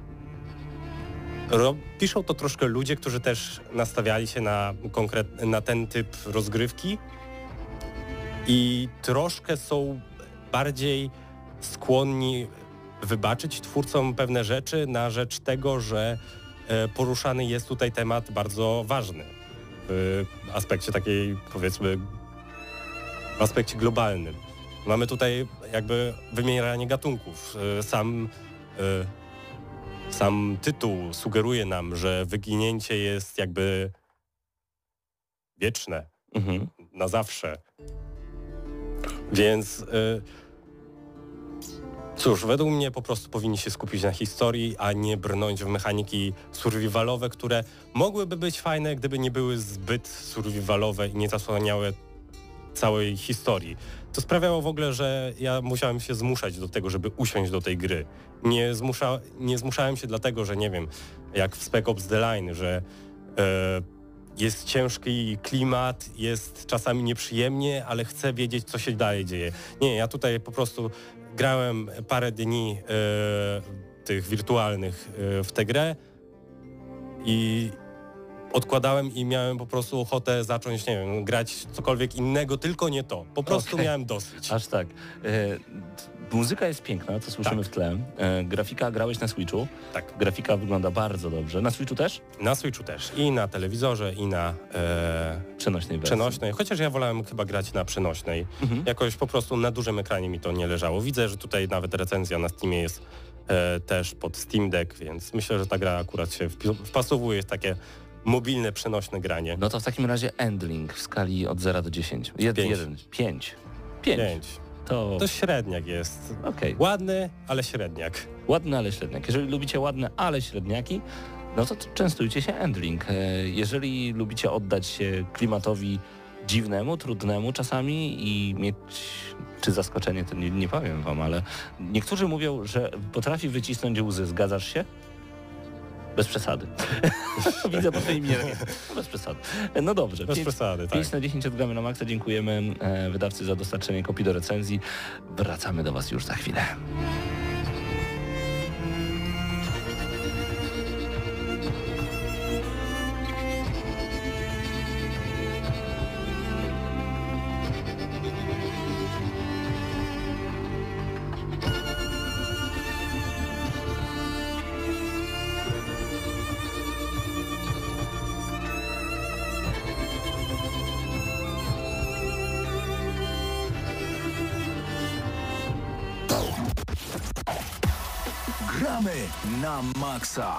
piszą to troszkę ludzie, którzy też nastawiali się na ten typ rozgrywki i troszkę są bardziej skłonni wybaczyć twórcom pewne rzeczy na rzecz tego, że poruszany jest tutaj temat bardzo ważny w aspekcie takiej, powiedzmy, w aspekcie globalnym. Mamy tutaj jakby wymieranie gatunków. Sam tytuł sugeruje nam, że wyginięcie jest jakby wieczne, na zawsze. Więc cóż, według mnie po prostu powinni się skupić na historii, a nie brnąć w mechaniki survivalowe, które mogłyby być fajne, gdyby nie były zbyt survivalowe i nie zasłaniały całej historii. To sprawiało w ogóle, że ja musiałem się zmuszać do tego, żeby usiąść do tej gry. Nie zmuszałem się dlatego, że nie wiem, jak w Spec Ops The Line, że jest ciężki klimat, jest czasami nieprzyjemnie, ale chcę wiedzieć, co się dalej dzieje. Nie, ja tutaj po prostu grałem parę dni tych wirtualnych w tę grę i odkładałem i miałem po prostu ochotę zacząć, nie wiem, grać cokolwiek innego, tylko nie to. Po prostu miałem dosyć. Aż tak. Muzyka jest piękna, co słyszymy w tle. Grafika, grałeś na Switchu. Tak. Grafika wygląda bardzo dobrze. Na Switchu też? Na Switchu też. I na telewizorze, i na przenośnej wersji. Przenośnej. Chociaż ja wolałem chyba grać na przenośnej. Jakoś po prostu na dużym ekranie mi to nie leżało. Widzę, że tutaj nawet recenzja na Steamie jest też pod Steam Deck, więc myślę, że ta gra akurat się wpasowuje w takie mobilne, przenośne granie. No to w takim razie Endling w skali od 0 do 10. 5. To średniak jest. Okay. Ładny, ale średniak. Ładny, ale średniak. Jeżeli lubicie ładne, ale średniaki, no to częstujcie się Endling. Jeżeli lubicie oddać się klimatowi dziwnemu, trudnemu czasami i mieć, czy zaskoczenie, to nie powiem wam, ale niektórzy mówią, że potrafi wycisnąć łzy. Zgadzasz się? Bez przesady. Widzę po twojej minie. Bez przesady. No dobrze. Bez przesady, tak. 5 na 10 odgramy na maksa. Dziękujemy wydawcy za dostarczenie kopii do recenzji. Wracamy do was już za chwilę. Gramy na maksa.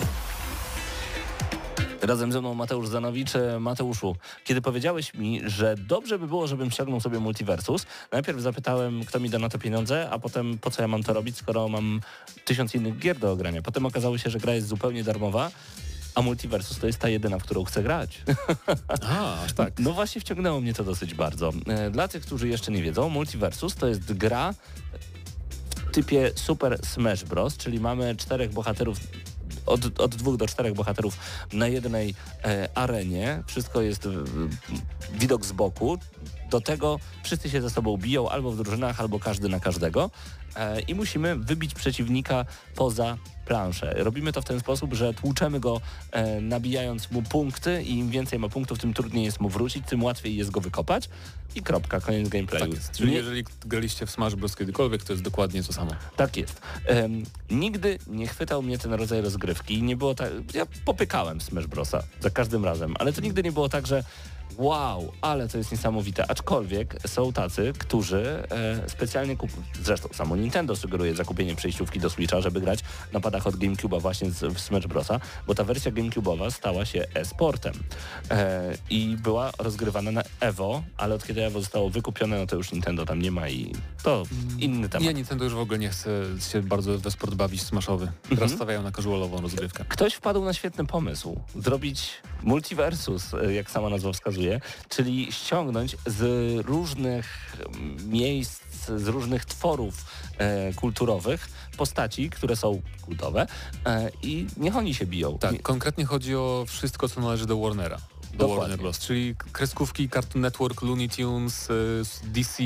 Razem ze mną Mateusz Zanowicz. Mateuszu, kiedy powiedziałeś mi, że dobrze by było, żebym ściągnął sobie Multiversus, najpierw zapytałem, kto mi da na to pieniądze, a potem po co ja mam to robić, skoro mam 1000 innych gier do ogrania. Potem okazało się, że gra jest zupełnie darmowa, a Multiversus to jest ta jedyna, w którą chcę grać. Aż tak. No właśnie wciągnęło mnie to dosyć bardzo. Dla tych, którzy jeszcze nie wiedzą, Multiversus to jest gra w typie Super Smash Bros., czyli mamy 4 bohaterów, od 2 do 4 bohaterów na jednej arenie. Wszystko jest widok z boku. Do tego wszyscy się ze sobą biją albo w drużynach, albo każdy na każdego i musimy wybić przeciwnika poza planszę. Robimy to w ten sposób, że tłuczemy go nabijając mu punkty i im więcej ma punktów, tym trudniej jest mu wrócić, tym łatwiej jest go wykopać i kropka, koniec gameplayu. Tak jest. Czyli jeżeli graliście w Smash Bros. Kiedykolwiek, to jest dokładnie to samo. Tak jest. Nigdy nie chwytał mnie ten rodzaj rozgrywki. Nie było tak. Ja popykałem Smash Brosa za każdym razem, ale to nigdy nie było tak, że wow, ale to jest niesamowite. Aczkolwiek są tacy, którzy specjalnie kupują. Zresztą samo Nintendo sugeruje zakupienie przejściówki do Switcha, żeby grać na padach od GameCube'a właśnie w Smash Brosa, bo ta wersja GameCube'owa stała się e-sportem i była rozgrywana na Evo, ale od kiedy Evo zostało wykupione, no to już Nintendo tam nie ma i to inny temat. Nie, Nintendo już w ogóle nie chce się bardzo we sport bawić smashowy. Teraz stawiają na casualową rozgrywkę. Ktoś wpadł na świetny pomysł. Zrobić Multiversus, jak sama nazwa wskazuje, czyli ściągnąć z różnych miejsc, z różnych tworów kulturowych postaci, które są kultowe i niech oni się biją. Tak, konkretnie chodzi o wszystko, co należy do Warnera. Do Warner Bros., czyli kreskówki, Cartoon Network, Looney Tunes, DC,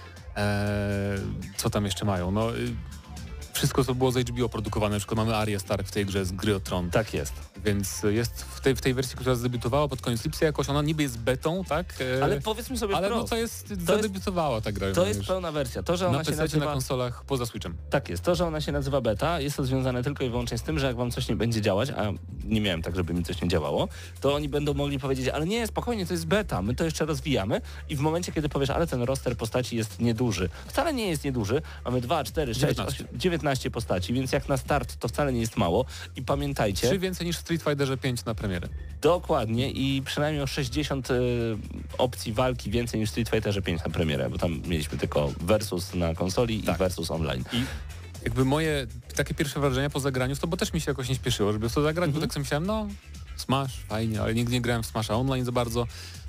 co tam jeszcze mają? No, wszystko, co było z HBO produkowane, na przykład mamy Arię Stark w tej grze z Gry o Tron. Tak jest. Więc jest w tej wersji, która zadebiutowała pod koniec lipca jakoś, ona niby jest betą, tak? Ale powiedzmy sobie ale wprost. no to jest, zadebiutowała ta gra. To jest pełna wersja. To, że ona na się PC, nazywa... na konsolach poza Switchem. Tak jest. To, że ona się nazywa beta, jest to związane tylko i wyłącznie z tym, że jak wam coś nie będzie działać, a nie miałem tak, żeby mi coś nie działało, to oni będą mogli powiedzieć, ale nie, spokojnie, to jest beta, my to jeszcze rozwijamy i w momencie, kiedy powiesz, ale ten roster postaci jest nieduży. Wcale nie jest nieduży. Mamy 2, 4, 6, 19 postaci, więc jak na start to wcale nie jest mało i pamiętajcie... 3 więcej niż w Street Fighterze 5 na premierę. Dokładnie i przynajmniej o 60 opcji walki więcej niż w Street Fighterze 5 na premierę, bo tam mieliśmy tylko versus na konsoli i versus online. I jakby moje takie pierwsze wrażenia po zagraniu, to bo też mi się jakoś nie śpieszyło, żeby w to zagrać, bo tak sobie myślałem, no Smash, fajnie, ale nigdy nie grałem w Smasha online za bardzo.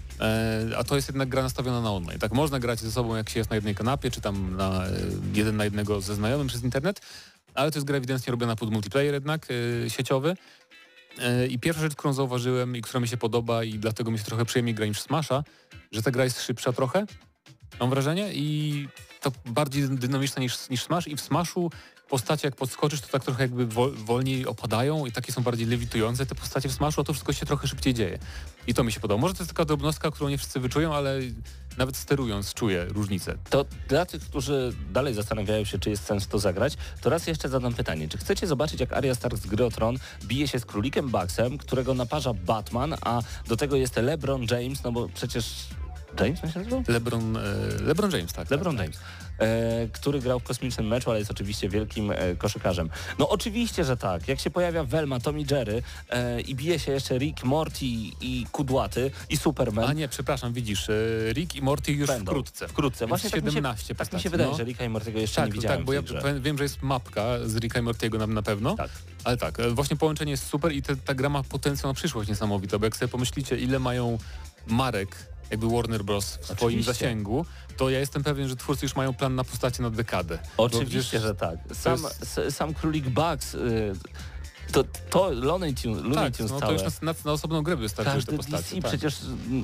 A to jest jednak gra nastawiona na online. Tak można grać ze sobą, jak się jest na jednej kanapie, czy tam na 1 na 1 ze znajomym przez internet, ale to jest gra ewidentnie robiona pod multiplayer jednak, sieciowy. I pierwsza rzecz, którą zauważyłem i która mi się podoba i dlatego mi się trochę przyjemniej gra niż Smasha, że ta gra jest szybsza trochę, mam wrażenie, i to bardziej dynamiczna niż Smash, i w Smashu postacie jak podskoczysz, to tak trochę jakby wolniej opadają i takie są bardziej lewitujące te postacie w Smashu, a to wszystko się trochę szybciej dzieje. I to mi się podoba. Może to jest taka drobnostka, którą nie wszyscy wyczują, ale nawet sterując czuję różnicę. To dla tych, którzy dalej zastanawiają się, czy jest sens w to zagrać, to raz jeszcze zadam pytanie. Czy chcecie zobaczyć, jak Arya Stark z Gry o Tron bije się z Królikiem Bugsem, którego naparza Batman, a do tego jest LeBron James, no bo przecież... James on się nazywał? LeBron James, tak. LeBron James, który grał w kosmicznym meczu, ale jest oczywiście wielkim koszykarzem. No oczywiście, że tak. Jak się pojawia Velma, Tom i Jerry i bije się jeszcze Rick, Morty i Kudłaty i Superman. A nie, przepraszam, widzisz, Rick i Morty już będą. Wkrótce. Wkrótce. Właśnie 17 tak mi się wydaje, że Ricka i Morty'ego jeszcze nie widziałem. Tak, bo ja wiem, że jest mapka z Ricka i Morty'ego na pewno. Tak. Ale tak, właśnie połączenie jest super i ta gra ma potencjał na przyszłość niesamowity, bo jak sobie pomyślicie, ile mają marek jakby Warner Bros. W swoim zasięgu, to ja jestem pewien, że twórcy już mają plan na postacie na dekadę. Oczywiście, że tak. Sam Królik Bugs To Looney Tunes no całe. to już na osobną grę wystarczy te postacie. DC, przecież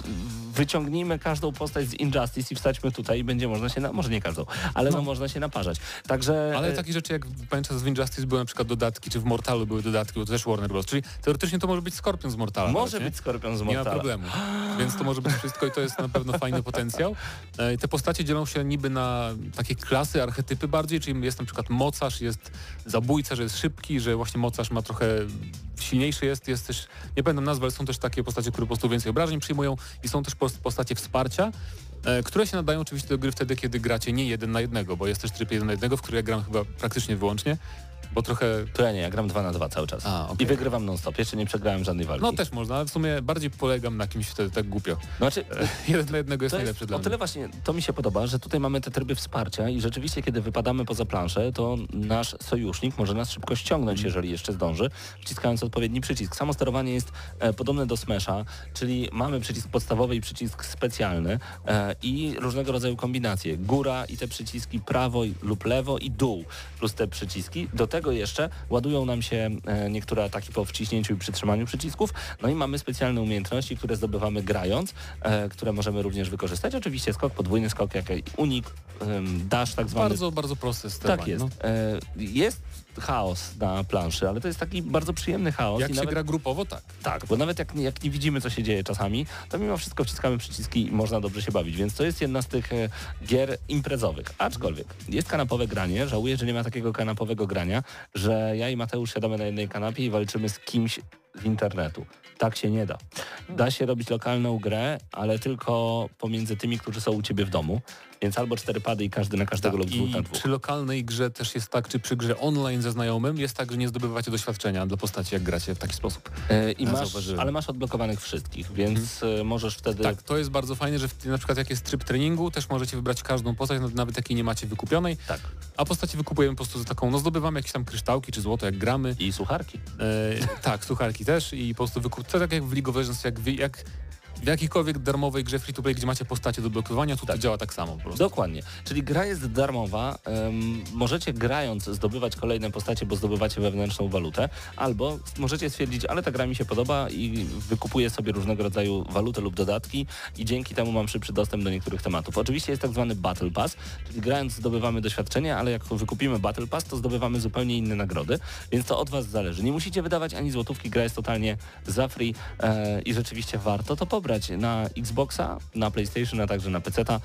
wyciągnijmy każdą postać z Injustice i wstaćmy tutaj i będzie można się, może nie każdą, ale można się naparzać. Także... Ale takie rzeczy jak pamiętam w Injustice były na przykład dodatki, czy w Mortalu były dodatki, bo to też Warner Bros. Czyli teoretycznie to może być Skorpion z Mortala. Może być Skorpion z Mortala. Nie ma problemu. Więc to może być wszystko i to jest na pewno fajny potencjał. Te postacie dzielą się niby na takie klasy, archetypy bardziej, czyli jest na przykład mocarz, jest zabójca, że jest szybki, że właśnie mocarz ma trochę silniejszy jest też, nie pamiętam nazwy, ale są też takie postacie, które po prostu więcej obrażeń przyjmują i są też postacie wsparcia, które się nadają oczywiście do gry wtedy, kiedy gracie nie 1 na 1, bo jest też tryb 1 na 1, w który ja gram chyba praktycznie wyłącznie, bo trochę... To ja nie, ja gram 2 na 2 cały czas. Okay. I wygrywam non-stop, jeszcze nie przegrałem żadnej walki. No też można, ale w sumie bardziej polegam na kimś wtedy tak głupio. Znaczy, 1 na 1 jest najlepszy dla mnie. O tyle właśnie to mi się podoba, że tutaj mamy te tryby wsparcia i rzeczywiście kiedy wypadamy poza planszę, to nasz sojusznik może nas szybko ściągnąć, jeżeli jeszcze zdąży, wciskając odpowiedni przycisk. Samo sterowanie jest podobne do Smasha, czyli mamy przycisk podstawowy i przycisk specjalny i różnego rodzaju kombinacje. Góra i te przyciski prawo lub lewo i dół plus te przyciski. Do tego jeszcze ładują nam się niektóre ataki po wciśnięciu i przytrzymaniu przycisków. No i mamy specjalne umiejętności, które zdobywamy grając, które możemy również wykorzystać. Oczywiście skok, podwójny skok, jak unik, dash tak zwany. Bardzo, bardzo proste sterowanie. Tak jest. Jest chaos na planszy, ale to jest taki bardzo przyjemny chaos. Jak się gra grupowo, tak. Tak, bo nawet jak nie widzimy, co się dzieje czasami, to mimo wszystko wciskamy przyciski i można dobrze się bawić, więc to jest jedna z tych gier imprezowych. Aczkolwiek jest kanapowe granie, żałuję, że nie ma takiego kanapowego grania, że ja i Mateusz siadamy na jednej kanapie i walczymy z kimś z internetu. Tak się nie da. Da się robić lokalną grę, ale tylko pomiędzy tymi, którzy są u ciebie w domu. Więc albo 4 pady i każdy na każdego lub 2 na 2. Przy lokalnej grze też jest tak, czy przy grze online ze znajomym jest tak, że nie zdobywacie doświadczenia dla postaci, jak gracie w taki sposób. Ale masz odblokowanych wszystkich, więc możesz wtedy... Tak, to jest bardzo fajne, że na przykład jak jest tryb treningu, też możecie wybrać każdą postać, nawet jakiej nie macie wykupionej. Tak. A postaci wykupujemy po prostu za taką, zdobywamy jakieś tam kryształki czy złoto, jak gramy. I sucharki. Tak, sucharki też i po prostu to tak jak w League of Legends, jak w jakiejkolwiek darmowej grze free-to-play, gdzie macie postacie do blokowania, to działa tak samo po prostu. Dokładnie. Czyli gra jest darmowa, możecie grając zdobywać kolejne postacie, bo zdobywacie wewnętrzną walutę, albo możecie stwierdzić, ale ta gra mi się podoba i wykupuję sobie różnego rodzaju walutę lub dodatki i dzięki temu mam szybszy dostęp do niektórych tematów. Oczywiście jest tak zwany Battle Pass, czyli grając zdobywamy doświadczenie, ale jak wykupimy Battle Pass, to zdobywamy zupełnie inne nagrody, więc to od was zależy. Nie musicie wydawać ani złotówki, gra jest totalnie za free i rzeczywiście warto to pobrać na Xboxa, na PlayStation, a także na PC-ta.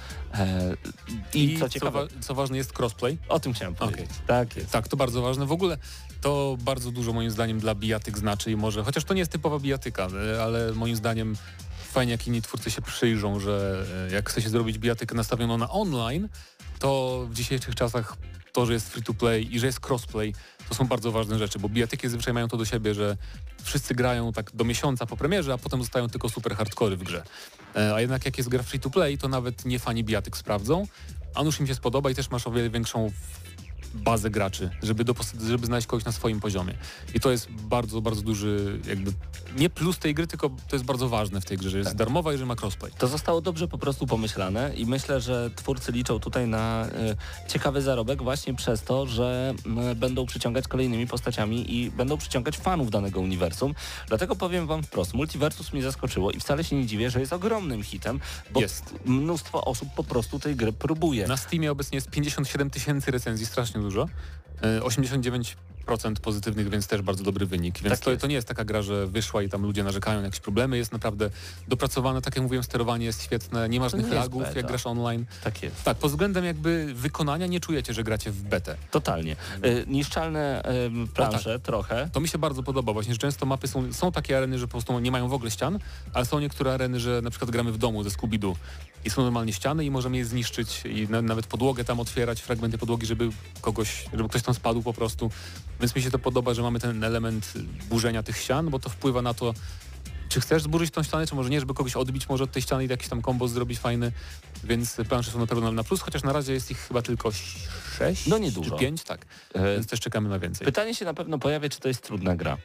I co ciekawe... Co ważne, jest crossplay. O tym chciałem powiedzieć. Okay. Tak jest. Tak, to bardzo ważne. W ogóle to bardzo dużo moim zdaniem dla bijatyk znaczy i może, chociaż to nie jest typowa bijatyka, ale moim zdaniem fajnie jak inni twórcy się przyjrzą, że jak chce się zrobić bijatykę nastawioną na online, to w dzisiejszych czasach to, że jest free-to-play i że jest crossplay, to są bardzo ważne rzeczy, bo bijatyki zazwyczaj mają to do siebie, że wszyscy grają tak do miesiąca po premierze, a potem zostają tylko super hardcory w grze. A jednak jak jest gra free-to-play, to nawet nie fani bijatyk sprawdzą, a nuż im się spodoba i też masz o wiele większą bazę graczy, żeby znaleźć kogoś na swoim poziomie. I to jest bardzo, bardzo duży jakby nie plus tej gry, tylko to jest bardzo ważne w tej grze, że jest darmowa i że ma crossplay. To zostało dobrze po prostu pomyślane i myślę, że twórcy liczą tutaj na ciekawy zarobek właśnie przez to, że będą przyciągać kolejnymi postaciami i będą przyciągać fanów danego uniwersum. Dlatego powiem wam wprost, Multiversus mnie zaskoczyło i wcale się nie dziwię, że jest ogromnym hitem, bo mnóstwo osób po prostu tej gry próbuje. Na Steamie obecnie jest 57 000 recenzji, strasznie dużo. 89% pozytywnych, więc też bardzo dobry wynik. Więc tak to nie jest taka gra, że wyszła i tam ludzie narzekają na jakieś problemy. Jest naprawdę dopracowane, tak jak mówiłem, sterowanie jest świetne, nie ma żadnych lagów, jak grasz online. Tak jest. Tak, pod względem jakby wykonania nie czujecie, że gracie w betę. Totalnie. Niszczalne plansze trochę. To mi się bardzo podoba właśnie, że często mapy są takie areny, że po prostu nie mają w ogóle ścian, ale są niektóre areny, że na przykład gramy w domu ze Scooby-Doo i są normalnie ściany i możemy je zniszczyć i nawet podłogę tam otwierać, fragmenty podłogi, żeby ktoś tam spadł po prostu. Więc mi się to podoba, że mamy ten element burzenia tych ścian, bo to wpływa na to, czy chcesz zburzyć tą ścianę, czy może nie, żeby kogoś odbić może od tej ściany i jakiś tam kombo zrobić fajny. Więc plansze są na pewno na plus, chociaż na razie jest ich chyba tylko 6 no niedużo. czy 5, tak. Więc też czekamy na więcej. Pytanie się na pewno pojawia, czy to jest trudna gra.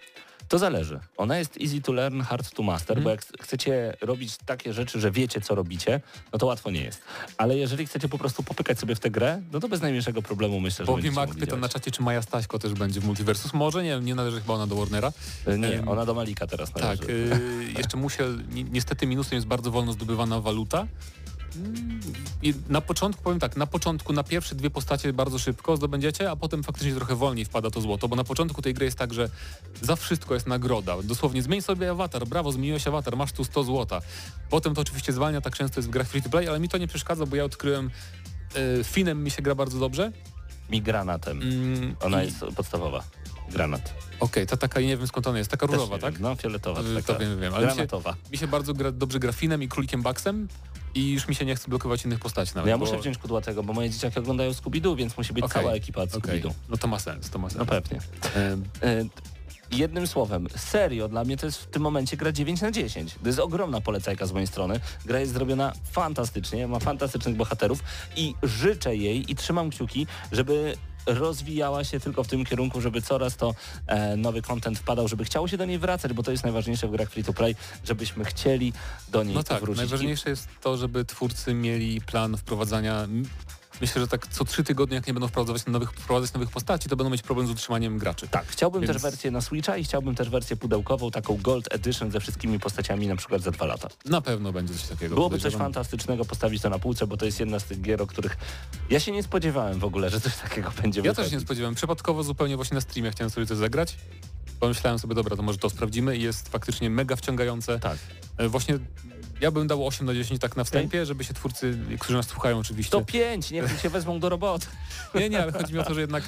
To zależy. Ona jest easy to learn, hard to master, bo jak chcecie robić takie rzeczy, że wiecie, co robicie, no to łatwo nie jest. Ale jeżeli chcecie po prostu popykać sobie w tę grę, no to bez najmniejszego problemu myślę, że Bobby Mac pyta na czacie, czy Maja Staśko też będzie w Multiversus. Może nie należy chyba ona do Warnera. Nie, ona do Malika teraz należy. Tak, jeszcze niestety minusem jest bardzo wolno zdobywana waluta. I na początku, powiem tak, na pierwsze 2 postacie bardzo szybko zdobędziecie, a potem faktycznie trochę wolniej wpada to złoto, bo na początku tej gry jest tak, że za wszystko jest nagroda. Dosłownie zmień sobie awatar, brawo, zmieniłeś awatar, masz tu 100 złota. Potem to oczywiście zwalnia, tak często jest w grach free to play, ale mi to nie przeszkadza, bo ja odkryłem Finem mi się gra bardzo dobrze. Mi granatem. Ona jest podstawowa. Granat. Okej, ta taka, nie wiem skąd ona jest, taka różowa, tak? Wiem. No, fioletowa. To wiem. Ale granatowa. Mi się bardzo dobrze gra Finem i Królikiem Baxem i już mi się nie chce blokować innych postaci nawet. Ja muszę wziąć kudłatego, bo moje dzieciaki oglądają Scooby-Doo, więc musi być cała ekipa od Scooby-Doo. No to ma sens. No pewnie. Jednym słowem, serio, dla mnie to jest w tym momencie gra 9/10. To jest ogromna polecajka z mojej strony. Gra jest zrobiona fantastycznie, ma fantastycznych bohaterów i życzę jej i trzymam kciuki, żeby rozwijała się tylko w tym kierunku, żeby coraz to nowy content wpadał, żeby chciało się do niej wracać, bo to jest najważniejsze w grach free to play, żebyśmy chcieli do niej wrócić. Najważniejsze jest to, żeby twórcy mieli plan wprowadzania. Myślę, że tak co 3 tygodnie, jak nie będą wprowadzać nowych postaci, to będą mieć problem z utrzymaniem graczy. Tak, chciałbym też wersję na Switcha i chciałbym też wersję pudełkową, taką Gold Edition ze wszystkimi postaciami na przykład za 2 lata. Na pewno będzie coś takiego. Byłoby coś fantastycznego postawić to na półce, bo to jest jedna z tych gier, o których ja się nie spodziewałem w ogóle, że coś takiego będzie wychodzić. Ja też nie spodziewałem. Przypadkowo zupełnie właśnie na streamie chciałem sobie coś zagrać. Pomyślałem sobie, dobra, to może to sprawdzimy i jest faktycznie mega wciągające. Tak. Właśnie ja bym dał 8/10 tak na wstępie, żeby się twórcy, którzy nas słuchają oczywiście... To 5, niech się wezmą do roboty. Nie, ale chodzi mi o to, że jednak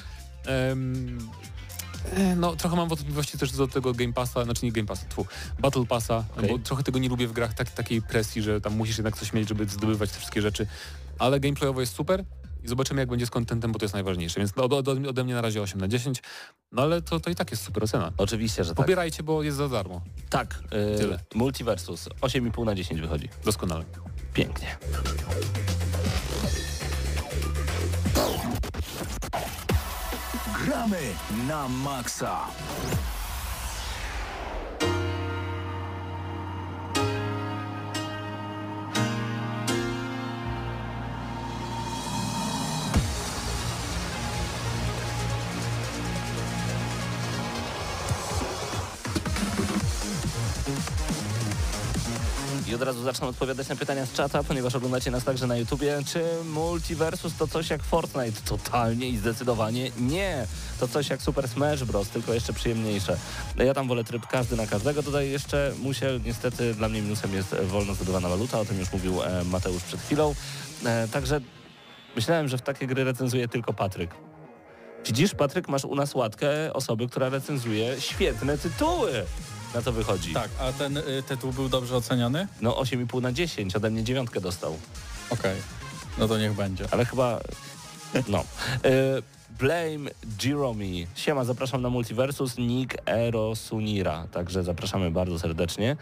no trochę mam wątpliwości też do tego Game Passa, znaczy nie Game Passa, Battle Passa, bo trochę tego nie lubię w grach, takiej presji, że tam musisz jednak coś mieć, żeby zdobywać te wszystkie rzeczy, ale gameplayowo jest super i zobaczymy jak będzie z contentem, bo to jest najważniejsze, więc ode mnie na razie 8/10, no ale to i tak jest super ocena. Oczywiście, że tak. Pobierajcie, bo jest za darmo. Tak, tyle. Multiversus 8,5/10 wychodzi. Doskonale. Pięknie. Gramy na maksa. I od razu zacznę odpowiadać na pytania z czata, ponieważ oglądacie nas także na YouTubie. Czy Multiversus to coś jak Fortnite? Totalnie i zdecydowanie nie. To coś jak Super Smash Bros, tylko jeszcze przyjemniejsze. Ja tam wolę tryb każdy na każdego. Tutaj jeszcze niestety dla mnie minusem jest wolno zdobywana waluta, o tym już mówił Mateusz przed chwilą. Także myślałem, że w takie gry recenzuje tylko Patryk. Widzisz, Patryk, masz u nas łatkę osoby, która recenzuje świetne tytuły. Na to wychodzi. Tak, a ten tytuł był dobrze oceniony? No 8,5/10, ode mnie 9 dostał. Okej, no to niech będzie. Ale chyba... No. Blame Jerome. Siema, zapraszam na Multiversus. Nick Erosunira. Także zapraszamy bardzo serdecznie.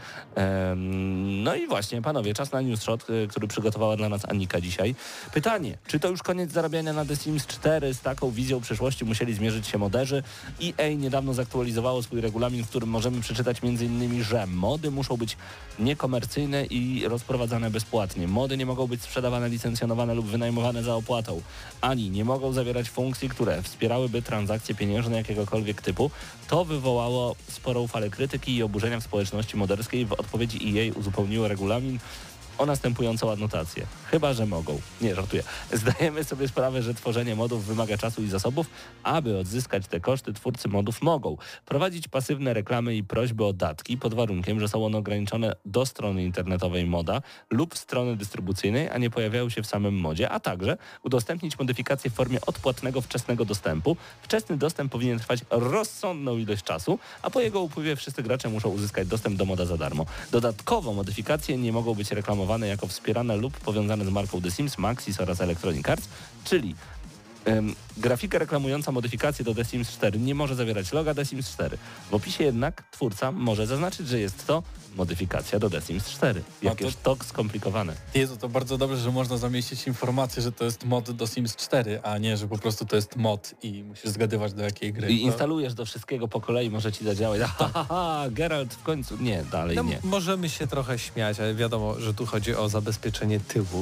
No i właśnie, panowie, czas na news shot, który przygotowała dla nas Annika dzisiaj. Pytanie, czy to już koniec zarabiania na The Sims 4? Z taką wizją przyszłości musieli zmierzyć się moderzy. EA niedawno zaktualizowało swój regulamin, w którym możemy przeczytać m.in., że mody muszą być niekomercyjne i rozprowadzane bezpłatnie. Mody nie mogą być sprzedawane, licencjonowane lub wynajmowane za opłatą. Ani nie mogą zawierać funkcji, które wspierałyby transakcje pieniężne jakiegokolwiek typu. To wywołało sporą falę krytyki i oburzenia w społeczności moderskiej. W odpowiedzi EA uzupełniło regulamin o następującą adnotację. Chyba że mogą. Nie, żartuję. Zdajemy sobie sprawę, że tworzenie modów wymaga czasu i zasobów. Aby odzyskać te koszty, twórcy modów mogą prowadzić pasywne reklamy i prośby o datki pod warunkiem, że są one ograniczone do strony internetowej moda lub strony dystrybucyjnej, a nie pojawiają się w samym modzie, a także udostępnić modyfikacje w formie odpłatnego wczesnego dostępu. Wczesny dostęp powinien trwać rozsądną ilość czasu, a po jego upływie wszyscy gracze muszą uzyskać dostęp do moda za darmo. Dodatkowo modyfikacje nie mogą być reklamowane jako wspierane lub powiązane z marką The Sims, Maxis oraz Electronic Arts, czyli Grafika reklamująca modyfikację do The Sims 4 nie może zawierać loga The Sims 4. W opisie jednak twórca może zaznaczyć, że jest to modyfikacja do The Sims 4. Jakież to skomplikowane. Jezu, to bardzo dobrze, że można zamieścić informację, że to jest mod do Sims 4, a nie, że po prostu to jest mod i musisz zgadywać do jakiej gry. I instalujesz do wszystkiego po kolei, może ci zadziałać. Geralt w końcu. Nie, dalej nie. Możemy się trochę śmiać, ale wiadomo, że tu chodzi o zabezpieczenie tyłu,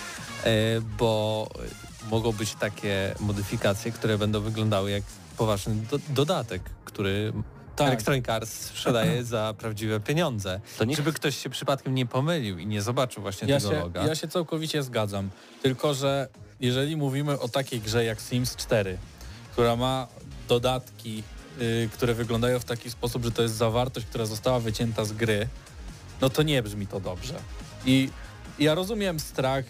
bo mogą być takie modyfikacje, które będą wyglądały jak poważny dodatek, który Electronic Arts sprzedaje za prawdziwe pieniądze. Żeby ktoś się przypadkiem nie pomylił i nie zobaczył właśnie tego loga. Ja się całkowicie zgadzam. Tylko że jeżeli mówimy o takiej grze jak Sims 4, która ma dodatki, które wyglądają w taki sposób, że to jest zawartość, która została wycięta z gry, no to nie brzmi to dobrze. I ja rozumiem strach,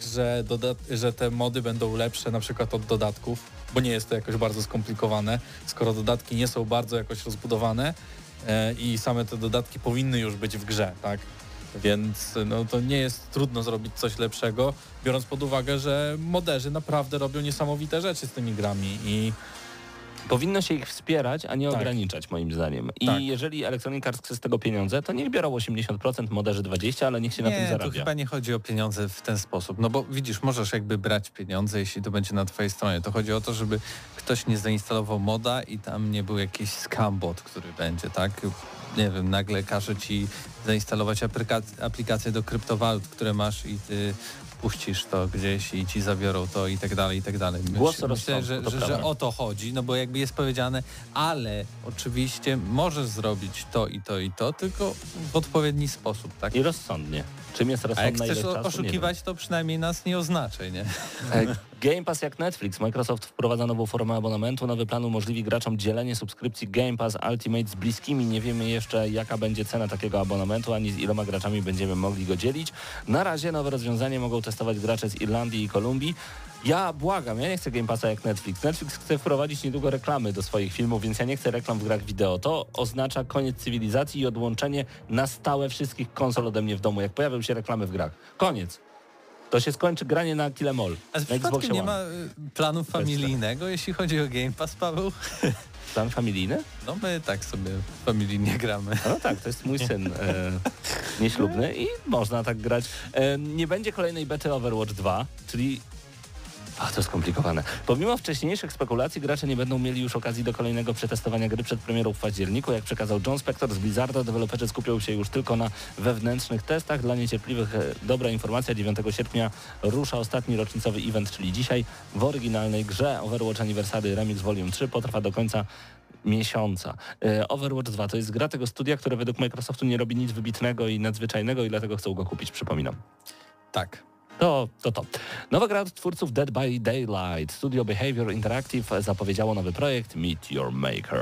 że te mody będą lepsze na przykład od dodatków, bo nie jest to jakoś bardzo skomplikowane, skoro dodatki nie są bardzo jakoś rozbudowane i same te dodatki powinny już być w grze, tak? Więc no, to nie jest trudno zrobić coś lepszego, biorąc pod uwagę, że moderzy naprawdę robią niesamowite rzeczy z tymi grami i powinno się ich wspierać, a nie ograniczać, moim zdaniem. I jeżeli Electronic Arts chce z tego pieniądze, to niech biorą 80%, moderzy 20%, ale niech się na tym zarabia. Nie, tu chyba nie chodzi o pieniądze w ten sposób. No bo widzisz, możesz jakby brać pieniądze, jeśli to będzie na twojej stronie. To chodzi o to, żeby ktoś nie zainstalował moda i tam nie był jakiś scambot, który będzie, tak? Nie wiem, nagle każe ci zainstalować aplikację do kryptowalut, które masz i ty puścisz to gdzieś i ci zabiorą to i tak dalej, i tak dalej. Myślę, że o to chodzi, no bo jakby jest powiedziane, ale oczywiście możesz zrobić to i to i to, tylko w odpowiedni sposób, tak? I rozsądnie. Czym jest rozsądna ilość czasu? A jak chcesz oszukiwać, to przynajmniej nas nie oznaczaj, nie? Game Pass jak Netflix. Microsoft wprowadza nową formę abonamentu. Nowy plan umożliwi graczom dzielenie subskrypcji Game Pass Ultimate z bliskimi. Nie wiemy jeszcze, jaka będzie cena takiego abonamentu, ani z iloma graczami będziemy mogli go dzielić. Na razie nowe rozwiązanie mogą testować gracze z Irlandii i Kolumbii. Ja błagam, ja nie chcę Game Passa jak Netflix. Netflix chce wprowadzić niedługo reklamy do swoich filmów, więc ja nie chcę reklam w grach wideo. To oznacza koniec cywilizacji i odłączenie na stałe wszystkich konsol ode mnie w domu, jak pojawią się reklamy w grach. Koniec. To się skończy granie na Kill Em All. A w przypadku nie ma planu familijnego, jeśli chodzi o Game Pass, Paweł? Plan familijny? No my tak sobie familijnie gramy. No tak, to jest mój syn nieślubny i można tak grać. Nie będzie kolejnej bety Overwatch 2, czyli to skomplikowane. Pomimo wcześniejszych spekulacji gracze nie będą mieli już okazji do kolejnego przetestowania gry przed premierą w październiku. Jak przekazał John Spector z Blizzarda, deweloperzy skupią się już tylko na wewnętrznych testach. Dla niecierpliwych dobra informacja, 9 sierpnia rusza ostatni rocznicowy event, czyli dzisiaj w oryginalnej grze Overwatch Anniversary Remix Volume 3 potrwa do końca miesiąca. Overwatch 2 to jest gra tego studia, które według Microsoftu nie robi nic wybitnego i nadzwyczajnego i dlatego chcą go kupić, przypominam. Tak. To. Nowa gra od twórców Dead by Daylight. Studio Behavior Interactive zapowiedziało nowy projekt Meet Your Maker.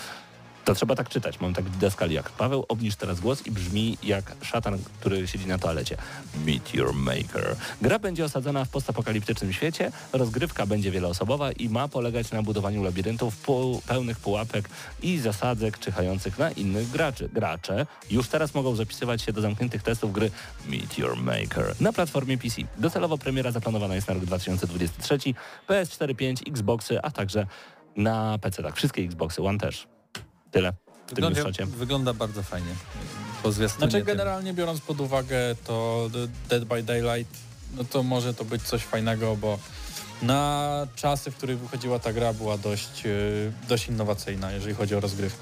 To trzeba tak czytać, mam tak didaskali jak Paweł, obniż teraz głos i brzmi jak szatan, który siedzi na toalecie. Meet Your Maker. Gra będzie osadzona w postapokaliptycznym świecie, rozgrywka będzie wieloosobowa i ma polegać na budowaniu labiryntów pełnych pułapek i zasadzek czyhających na innych graczy. Gracze już teraz mogą zapisywać się do zamkniętych testów gry Meet Your Maker na platformie PC. Docelowo premiera zaplanowana jest na rok 2023, PS4, 5, Xboxy, a także na PC. Tak, wszystkie Xboxy, One też. Tyle w tym newshocie. Wygląda bardzo fajnie. Znaczy generalnie biorąc pod uwagę to Dead by Daylight, no to może to być coś fajnego, bo na czasy, w których wychodziła ta gra była dość innowacyjna, jeżeli chodzi o rozgrywkę.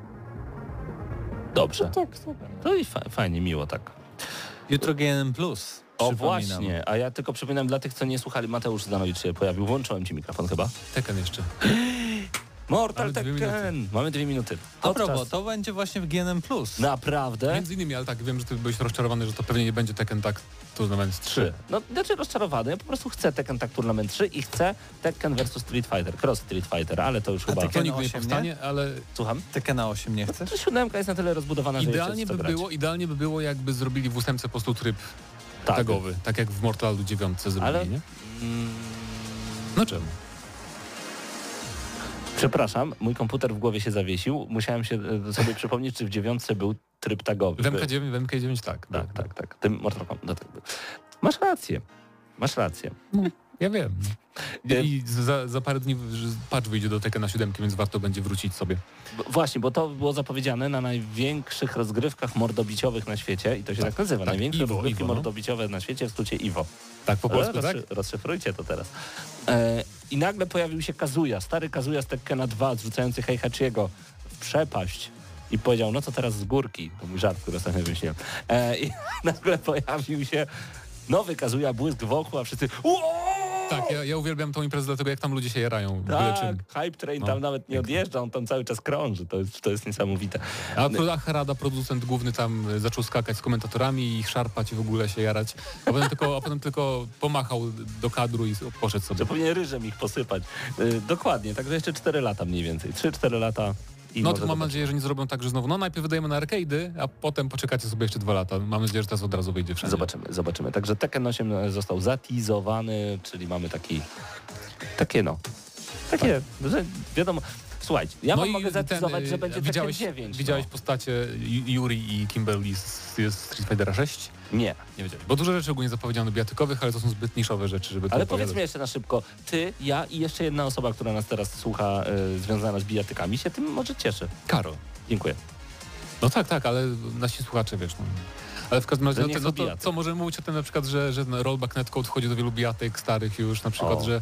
Dobrze. To i fajnie, miło tak. Jutro GNM+. O właśnie, a ja tylko przypominam dla tych, co nie słuchali, Mateusz Zdanowicz się pojawił. Włączyłem ci mikrofon chyba. Tekken jeszcze. Mortal Tekken! Mamy 2 minuty. A propos, to będzie właśnie w GNM+. Naprawdę? Między innymi, ale tak, wiem, że ty byłeś rozczarowany, że to pewnie nie będzie Tekken Tag Tournament 3. No, dlaczego rozczarowany? Ja po prostu chcę Tekken Tag Tournament 3 i chcę Tekken vs Street Fighter, Cross Street Fighter, ale to już chyba... To nigdy nie powstanie, ale... Słucham? Tekkena 8 nie chcesz? To 7 jest na tyle rozbudowana, że Idealnie by było, jakby zrobili w 8 po prostu tryb tagowy, tak jak w Mortalu 9 zrobili, ale... nie? No czemu? Przepraszam, mój komputer w głowie się zawiesił. Musiałem się sobie przypomnieć, czy w 9 był tryb tagowy. W MK9 tak. Tak. Tym Mortal Kombat. Masz rację. Ja wiem. I za parę dni patch wyjdzie do Tekkena 7, więc warto będzie wrócić sobie. Właśnie, bo to było zapowiedziane na największych rozgrywkach mordobiciowych na świecie i to się tak nazywa. Największe rozgrywki mordobiciowe na świecie w skrócie Evo. Tak, po polsku, tak? Rozszyfrujcie to teraz. I nagle pojawił się Kazuya, stary Kazuya z Tekkena 2, zrzucający Heihachiego w przepaść. I powiedział, no to teraz z górki. To mój żart, który ostatnio wymyśliłem. I nagle pojawił się nowy Kazuya, błysk wokół, a wszyscy Tak, ja uwielbiam tą imprezę, dlatego jak tam ludzie się jarają. Tak, Hype Train tam nawet nie odjeżdża, on tam cały czas krąży, to jest niesamowite. A Harada, producent główny, tam zaczął skakać z komentatorami i ich szarpać i w ogóle się jarać, a potem tylko pomachał do kadru i poszedł sobie. To powinien ryżem ich posypać. Dokładnie, także jeszcze 4 lata mniej więcej, 3-4 lata. No to mam nadzieję, że nie zrobią tak, że znowu, najpierw wydajemy na arcade'y, a potem poczekacie sobie jeszcze 2 lata. Mam nadzieję, że teraz od razu wyjdzie wszędzie. Zobaczymy. Także Tekken 8 został zatizowany, czyli mamy że wiadomo, słuchajcie, ja wam mogę zatizować, że będzie Tekken 9. Widziałeś postacie Yuri i Kimberly z Street Fightera 6? Nie wiedziałem. Bo dużo rzeczy ogólnie zapowiedziano bijatykowych, ale to są zbyt niszowe rzeczy, żeby to Ale powiedzmy jeszcze na szybko, ty, ja i jeszcze jedna osoba, która nas teraz słucha, związana z bijatykami, się tym może cieszy. Karol. Dziękuję. No tak, ale nasi słuchacze, wiesz, no. Ale w każdym razie, co możemy mówić o tym na przykład, że rollback netcode wchodzi do wielu bijatyk starych już, na przykład, że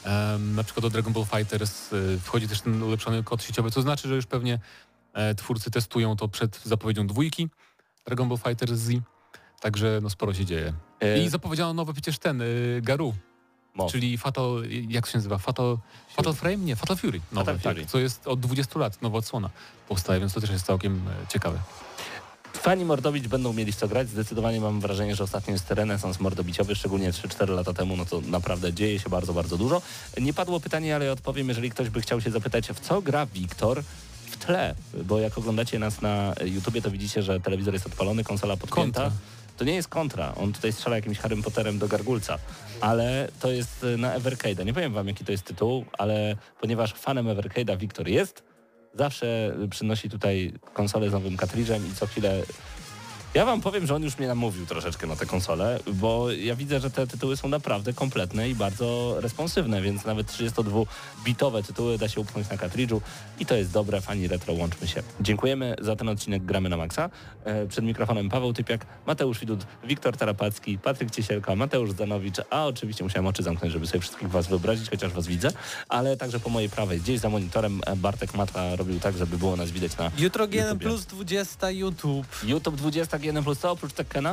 na przykład do Dragon Ball FighterZ wchodzi też ten ulepszony kod sieciowy, co znaczy, że już pewnie twórcy testują to przed zapowiedzią 2 Dragon Ball FighterZ Z. Także no sporo się dzieje. I zapowiedziano nowy przecież Garou, czyli Fatal, jak się nazywa? Fatal Frame? Nie, Fatal Fury. Nowe, tak, co jest od 20 lat, nowa odsłona powstaje, więc to też jest całkiem ciekawe. Fani Mordobić będą mieli co grać. Zdecydowanie mam wrażenie, że ostatnio jest renesans mordobiciowy, szczególnie 3-4 lata temu, no to naprawdę dzieje się bardzo, bardzo dużo. Nie padło pytanie, ale odpowiem, jeżeli ktoś by chciał się zapytać, w co gra Wiktor w tle, bo jak oglądacie nas na YouTubie, to widzicie, że telewizor jest odpalony, konsola podpięta. To nie jest Kontra, on tutaj strzela jakimś Harrym Potterem do gargulca, ale to jest na Evercade'a. Nie powiem wam, jaki to jest tytuł, ale ponieważ fanem Evercade'a Wiktor jest, zawsze przynosi tutaj konsolę z nowym kartridżem i co chwilę... Ja wam powiem, że on już mnie namówił troszeczkę na tę konsolę, bo ja widzę, że te tytuły są naprawdę kompletne i bardzo responsywne, więc nawet 32-bitowe tytuły da się upchnąć na kartridżu i to jest dobre. Fani retro, łączmy się. Dziękujemy za ten odcinek Gramy na Maxa. Przed mikrofonem Paweł Typiak, Mateusz Widut, Wiktor Tarapacki, Patryk Ciesielka, Mateusz Zdanowicz, a oczywiście musiałem oczy zamknąć, żeby sobie wszystkich was wyobrazić, chociaż was widzę, ale także po mojej prawej, gdzieś za monitorem Bartek Matla robił tak, żeby było nas widać na Jutro GNM Plus 20 YouTube. YouTube 20 GNM Plus, co oprócz Tekkena?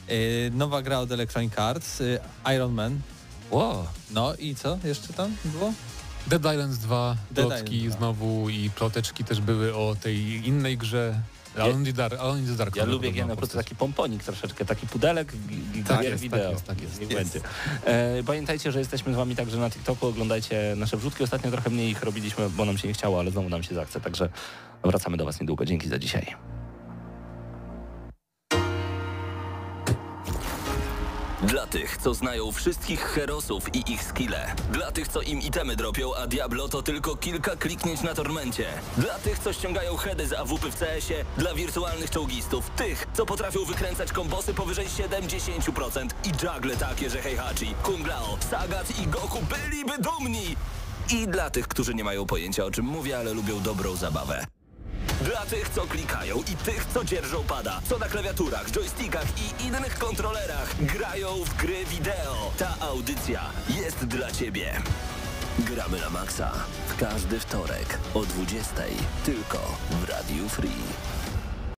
Nowa gra od Electronic Arts, Iron Man. Wow. No i co jeszcze tam było? Dead Island 2, plotki znowu i ploteczki też były o tej innej grze. Alone in the Dark. Ja lubię GNM Plus, taki pomponik troszeczkę, taki pudelek gier wideo. Tak jest. Niech będzie. Pamiętajcie, że jesteśmy z wami także na TikToku, oglądajcie nasze wrzutki. Ostatnio trochę mniej ich robiliśmy, bo nam się nie chciało, ale znowu nam się zachce, także wracamy do was niedługo. Dzięki za dzisiaj. Dla tych, co znają wszystkich herosów i ich skille. Dla tych, co im itemy dropią, a Diablo to tylko kilka kliknięć na tormencie. Dla tych, co ściągają heady z AWP w CS-ie. Dla wirtualnych czołgistów. Tych, co potrafią wykręcać kombosy powyżej 70% i juggle takie, że Heihachi, Kung Lao, Sagat i Goku byliby dumni. I dla tych, którzy nie mają pojęcia, o czym mówię, ale lubią dobrą zabawę. Dla tych, co klikają i tych, co dzierżą pada, co na klawiaturach, joystickach i innych kontrolerach grają w gry wideo. Ta audycja jest dla Ciebie. Gramy na Maxa w każdy wtorek o 20:00 tylko w Radiu Free.